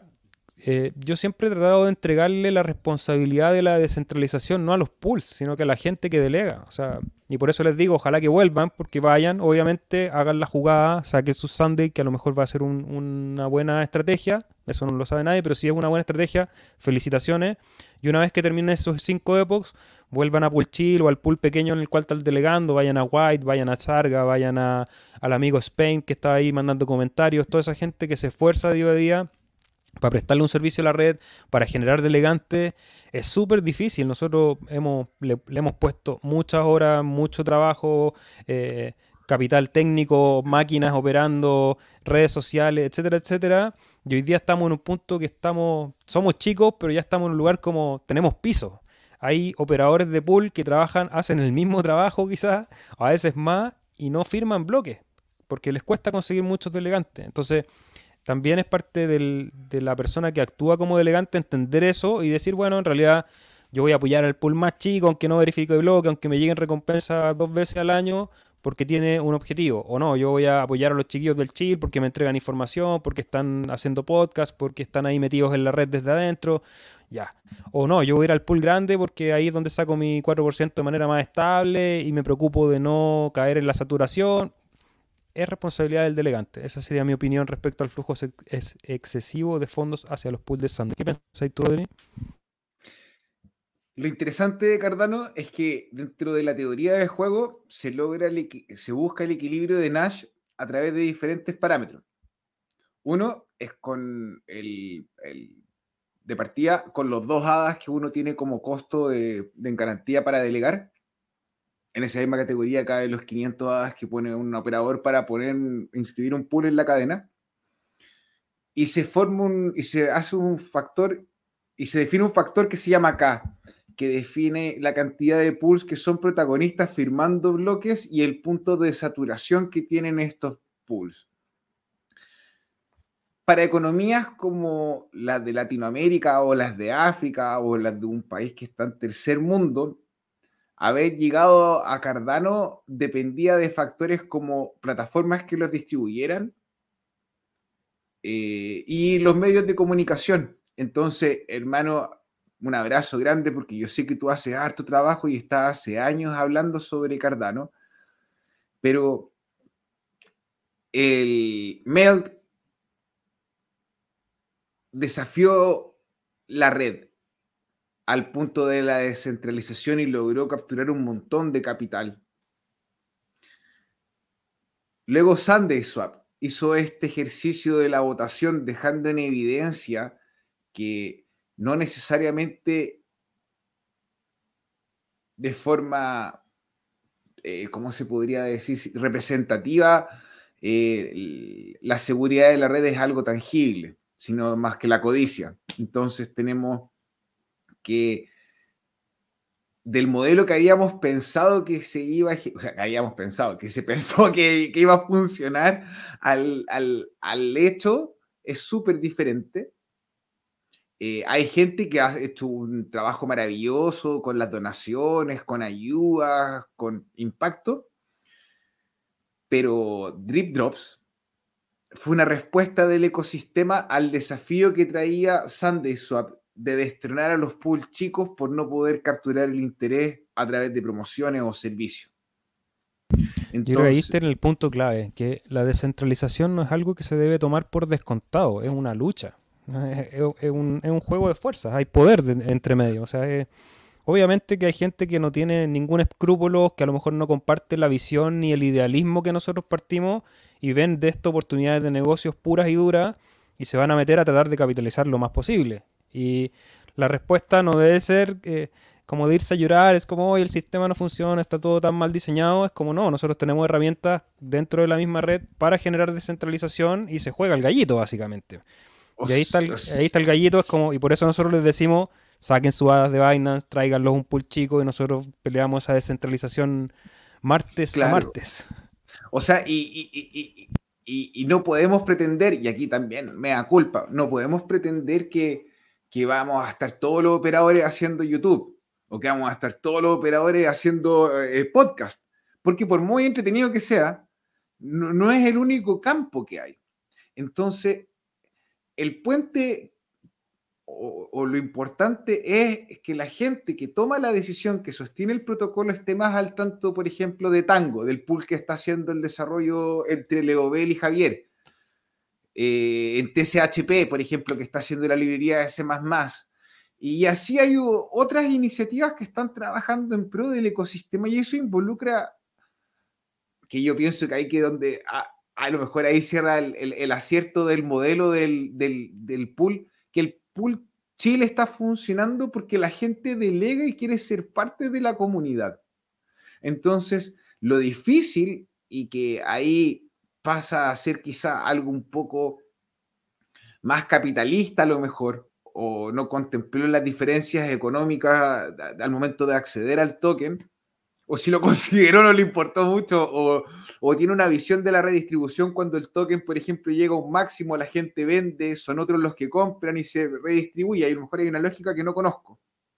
A: yo siempre he tratado de entregarle la responsabilidad de la descentralización no a los pools, sino que a la gente que delega. O sea, y por eso les digo, ojalá que vuelvan, porque vayan, obviamente, hagan la jugada, saquen su Sunday, que a lo mejor va a ser una buena estrategia. Eso no lo sabe nadie, pero si es una buena estrategia, felicitaciones. Y una vez que terminen esos 5 epochs, vuelvan a Pool Chill o al pool pequeño en el cual están delegando, vayan a White, vayan a Sarga, vayan al amigo Spain que está ahí mandando comentarios, toda esa gente que se esfuerza día a día para prestarle un servicio a la red, para generar delegantes, es súper difícil. Nosotros le hemos puesto muchas horas, mucho trabajo, capital técnico, máquinas operando, redes sociales, etcétera, etcétera. Y hoy día estamos en un punto que somos chicos, pero ya estamos en un lugar como tenemos piso. Hay operadores de pool que trabajan, hacen el mismo trabajo quizás, a veces más, y no firman bloques, porque les cuesta conseguir muchos delegantes. Entonces, también es parte de la persona que actúa como delegante entender eso y decir, bueno, en realidad yo voy a apoyar al pool más chico, aunque no verifique el bloque, aunque me lleguen recompensas 2 veces al año, porque tiene un objetivo. O no, yo voy a apoyar a los chiquillos del chill porque me entregan información, porque están haciendo podcast, porque están ahí metidos en la red desde adentro. Ya. O no, yo voy a ir al pool grande porque ahí es donde saco mi 4% de manera más estable y me preocupo de no caer en la saturación. Es responsabilidad del delegante. Esa sería mi opinión respecto al flujo excesivo de fondos hacia los pools de Sunday. ¿Qué pensáis tú, Rodri?
B: Lo interesante de Cardano es que dentro de la teoría del juego se busca el equilibrio de Nash a través de diferentes parámetros. Uno es con de partida con los 2 hadas que uno tiene como costo de garantía para delegar. En esa misma categoría caben los 500 hadas que pone un operador para inscribir un pool en la cadena. Y se hace un factor, y se define un factor que se llama K, que define la cantidad de pools que son protagonistas firmando bloques y el punto de saturación que tienen estos pools. Para economías como las de Latinoamérica o las de África o las de un país que está en tercer mundo, haber llegado a Cardano dependía de factores como plataformas que los distribuyeran y los medios de comunicación. Entonces, hermano, un abrazo grande porque yo sé que tú haces harto trabajo y estás hace años hablando sobre Cardano, pero el Meld desafió la red al punto de la descentralización y logró capturar un montón de capital. Luego SundaySwap hizo este ejercicio de la votación dejando en evidencia que no necesariamente de forma, ¿cómo se podría decir? Representativa, la seguridad de la red es algo tangible, sino más que la codicia. Entonces tenemos que del modelo que habíamos pensado que se iba a, o sea, que habíamos pensado, que se pensó que iba a funcionar al hecho, es súper diferente. Hay gente que ha hecho un trabajo maravilloso con las donaciones, con ayudas, con impacto, pero Drip Drops fue una respuesta del ecosistema al desafío que traía SundaeSwap de destronar a los pools chicos por no poder capturar el interés a través de promociones o servicios.
A: Yo creo que ahí
B: Entonces,
A: está en el punto clave, que la descentralización no es algo que se debe tomar por descontado, es una lucha. Es un juego de fuerzas, hay poder entre medio. O sea, obviamente que hay gente que no tiene ningún escrúpulo, que a lo mejor no comparte la visión ni el idealismo que nosotros partimos y ven de esto oportunidades de negocios puras y duras y se van a meter a tratar de capitalizar lo más posible. Y la respuesta no debe ser como de irse a llorar, es como hoy el sistema no funciona, está todo tan mal diseñado, es como no, nosotros tenemos herramientas dentro de la misma red para generar descentralización y se juega el gallito básicamente. Y ahí está el gallito, es como, y por eso nosotros les decimos, saquen sus hadas de Binance, tráiganlos un pool chico y nosotros peleamos esa descentralización martes a
B: claro,
A: martes.
B: o sea, y no podemos pretender, y aquí también me da culpa, no podemos pretender que vamos a estar todos los operadores haciendo YouTube o que vamos a estar todos los operadores haciendo podcast, porque por muy entretenido que sea, no es el único campo que hay. Entonces, el puente o lo importante es que la gente que toma la decisión, que sostiene el protocolo, esté más al tanto, por ejemplo, de Tango, del pool que está haciendo el desarrollo entre Leobel y Javier. En TCHP, por ejemplo, que está haciendo la librería de C++. Y así hay otras iniciativas que están trabajando en pro del ecosistema y eso involucra, que yo pienso que hay que donde a lo mejor ahí cierra el acierto del modelo del pool, que el pool Chile está funcionando porque la gente delega y quiere ser parte de la comunidad. Entonces, lo difícil y que ahí pasa a ser quizá algo un poco más capitalista a lo mejor, o no contempló las diferencias económicas al momento de acceder al token, o si lo consideró no le importó mucho, o tiene una visión de la redistribución cuando el token, por ejemplo, llega a un máximo, la gente vende, son otros los que compran y se redistribuye. A lo mejor hay una lógica que no conozco.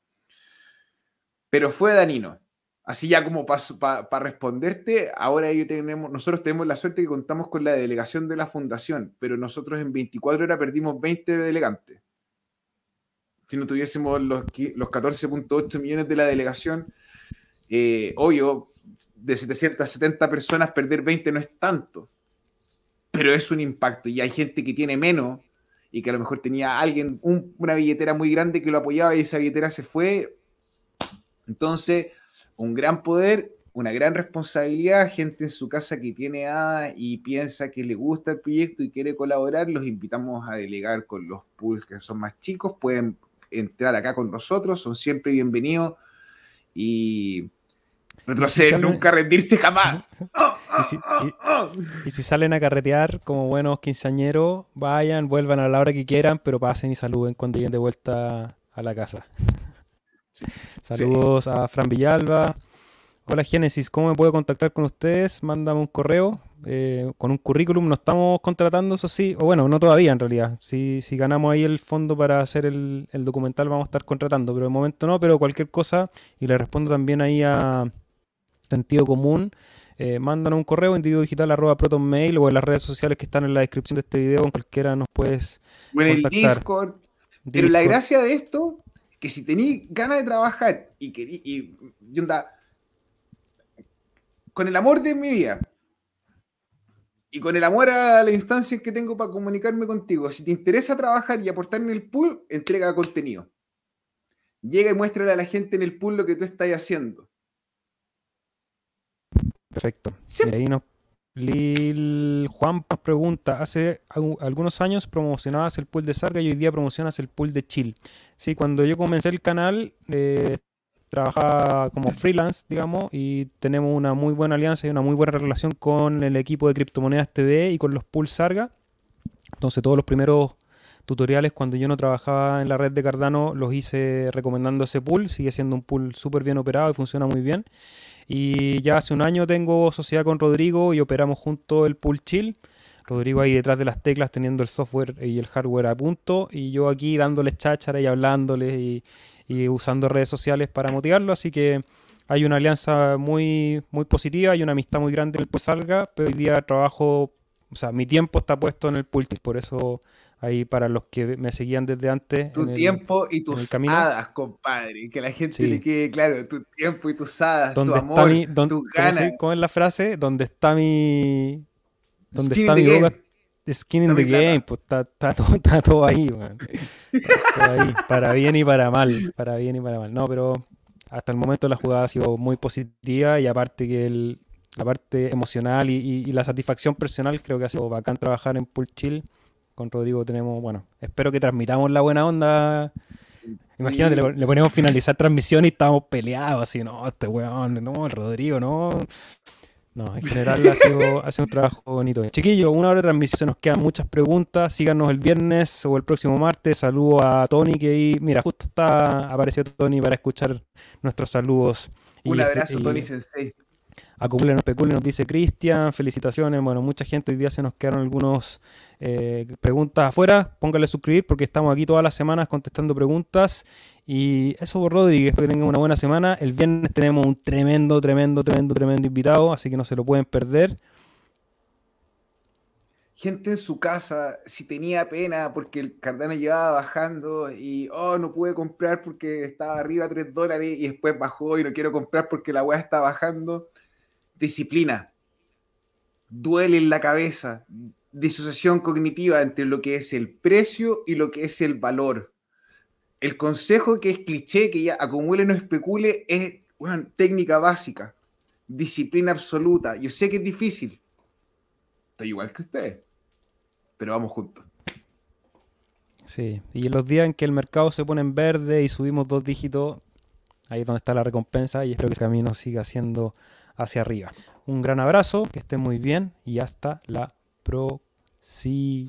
B: Pero fue dañino. Así ya como para responderte, ahora nosotros tenemos la suerte que contamos con la delegación de la fundación, pero nosotros en 24 horas perdimos 20 delegantes. Si no tuviésemos los 14.8 millones de la delegación, obvio, de 770 personas, perder 20 no es tanto, pero es un impacto. Y hay gente que tiene menos y que a lo mejor tenía alguien, una billetera muy grande que lo apoyaba y esa billetera se fue. Entonces, un gran poder, una gran responsabilidad, gente en su casa que tiene ADA y piensa que le gusta el proyecto y quiere colaborar, los invitamos a delegar con los pools que son más chicos, pueden entrar acá con nosotros, son siempre bienvenidos y
A: Y si
B: retroceder,
A: salen,
B: nunca rendirse jamás.
A: y si, y, y si salen a carretear como buenos quinceañeros, vayan, vuelvan a la hora que quieran, pero pasen y saluden cuando lleguen de vuelta a la casa.
B: Sí, sí.
A: Saludos a Fran Villalba. Hola Génesis, ¿cómo me puedo contactar con ustedes? Mándame un correo con un currículum. No estamos contratando, eso sí, o bueno, no todavía en realidad. Si ganamos ahí el fondo para hacer el documental, vamos a estar contratando, pero de momento no. Pero cualquier cosa, y le respondo también ahí a Sentido Común. Mándanos un correo individuodigital@protonmail o en las redes sociales que están en la descripción de este video. En cualquiera nos puedes
B: Bueno, el
A: contactar.
B: Discord. Pero la
A: Discord.
B: gracia de esto, que si tenéis ganas de trabajar y onda, con el amor de mi vida y con el amor a la instancia que tengo para comunicarme contigo, si te interesa trabajar y aportar en el pool, entrega contenido. Llega y muéstrale a la gente en el pool lo que tú estás haciendo.
A: Perfecto.
B: Sí.
A: Mira, ahí Lil Juan nos pregunta, hace algunos años promocionabas el pool de Sarga y hoy día promocionas el pool de Chill. Sí, cuando yo comencé el canal, trabajaba como freelance, digamos, y tenemos una muy buena alianza y una muy buena relación con el equipo de Criptomonedas TV y con los pools Sarga. Entonces todos los primeros tutoriales cuando yo no trabajaba en la red de Cardano los hice recomendando ese pool. Sigue siendo un pool súper bien operado y funciona muy bien. Y ya hace un año tengo sociedad con Rodrigo y operamos junto el pool Chill. Rodrigo ahí detrás de las teclas teniendo el software y el hardware a punto. Y yo aquí dándoles cháchara y hablándoles y usando redes sociales para motivarlo. Así que hay una alianza muy, muy positiva y una amistad muy grande en el pool Salga. Pero hoy día trabajo o sea, mi tiempo está puesto en el pool tilt, por eso ahí para los que me seguían desde antes
B: Tu tiempo y
A: en el
B: tus
A: camino,
B: hadas, compadre. Que a la gente le
A: sí.
B: quede claro, tu tiempo y tus hadas, tu
A: ¿Dónde está
B: amor,
A: mi,
B: tus
A: cómo
B: ganas.
A: cómo es la frase? ¿Dónde
B: Skin
A: está
B: in the
A: mi boca?
B: game.
A: Skin in
B: Está
A: the
B: mi
A: game,
B: plata.
A: pues está todo ahí, man. Está todo ahí, para bien y para mal, para bien y para mal. No, pero hasta el momento la jugada ha sido muy positiva y aparte que la parte emocional y la satisfacción personal creo que ha sido bacán trabajar en Pool Chill. Con Rodrigo tenemos, bueno, espero que transmitamos la buena onda. Imagínate,
B: Sí.
A: le ponemos finalizar transmisión y estamos peleados así, no, este weón, no, el Rodrigo, no. No, en general ha sido un trabajo bonito. Chiquillos, una hora de transmisión, se nos quedan muchas preguntas. Síganos el viernes o el próximo martes. Saludo a Tony, que ahí, mira, justo apareció Tony para escuchar nuestros saludos.
B: Un
A: Y,
B: abrazo, Tony Sensei.
A: acumulen, especulen, nos dice Cristian, felicitaciones. Bueno, mucha gente, hoy día se nos quedaron algunas preguntas afuera. Póngale suscribir porque estamos aquí todas las semanas contestando preguntas. Y eso, Rodri, espero que tengan una buena semana. El viernes tenemos un tremendo invitado, así que no se lo pueden perder.
B: Gente en su casa, si tenía pena porque el Cardano llevaba bajando y, oh, no pude comprar porque estaba arriba a $3 y después bajó y no quiero comprar porque la weá está bajando. Disciplina. Duele en la cabeza. Disociación cognitiva entre lo que es el precio y lo que es el valor. El consejo que es cliché, que ya acumule no especule, es, bueno, técnica básica. Disciplina absoluta. Yo sé que es difícil. Estoy igual que ustedes. Pero vamos juntos.
A: Sí, y los días en que el mercado se pone en verde y subimos 2 dígitos, ahí es donde está la recompensa y espero que el camino siga siendo hacia arriba. Un gran abrazo, que estén muy bien y hasta la próxima.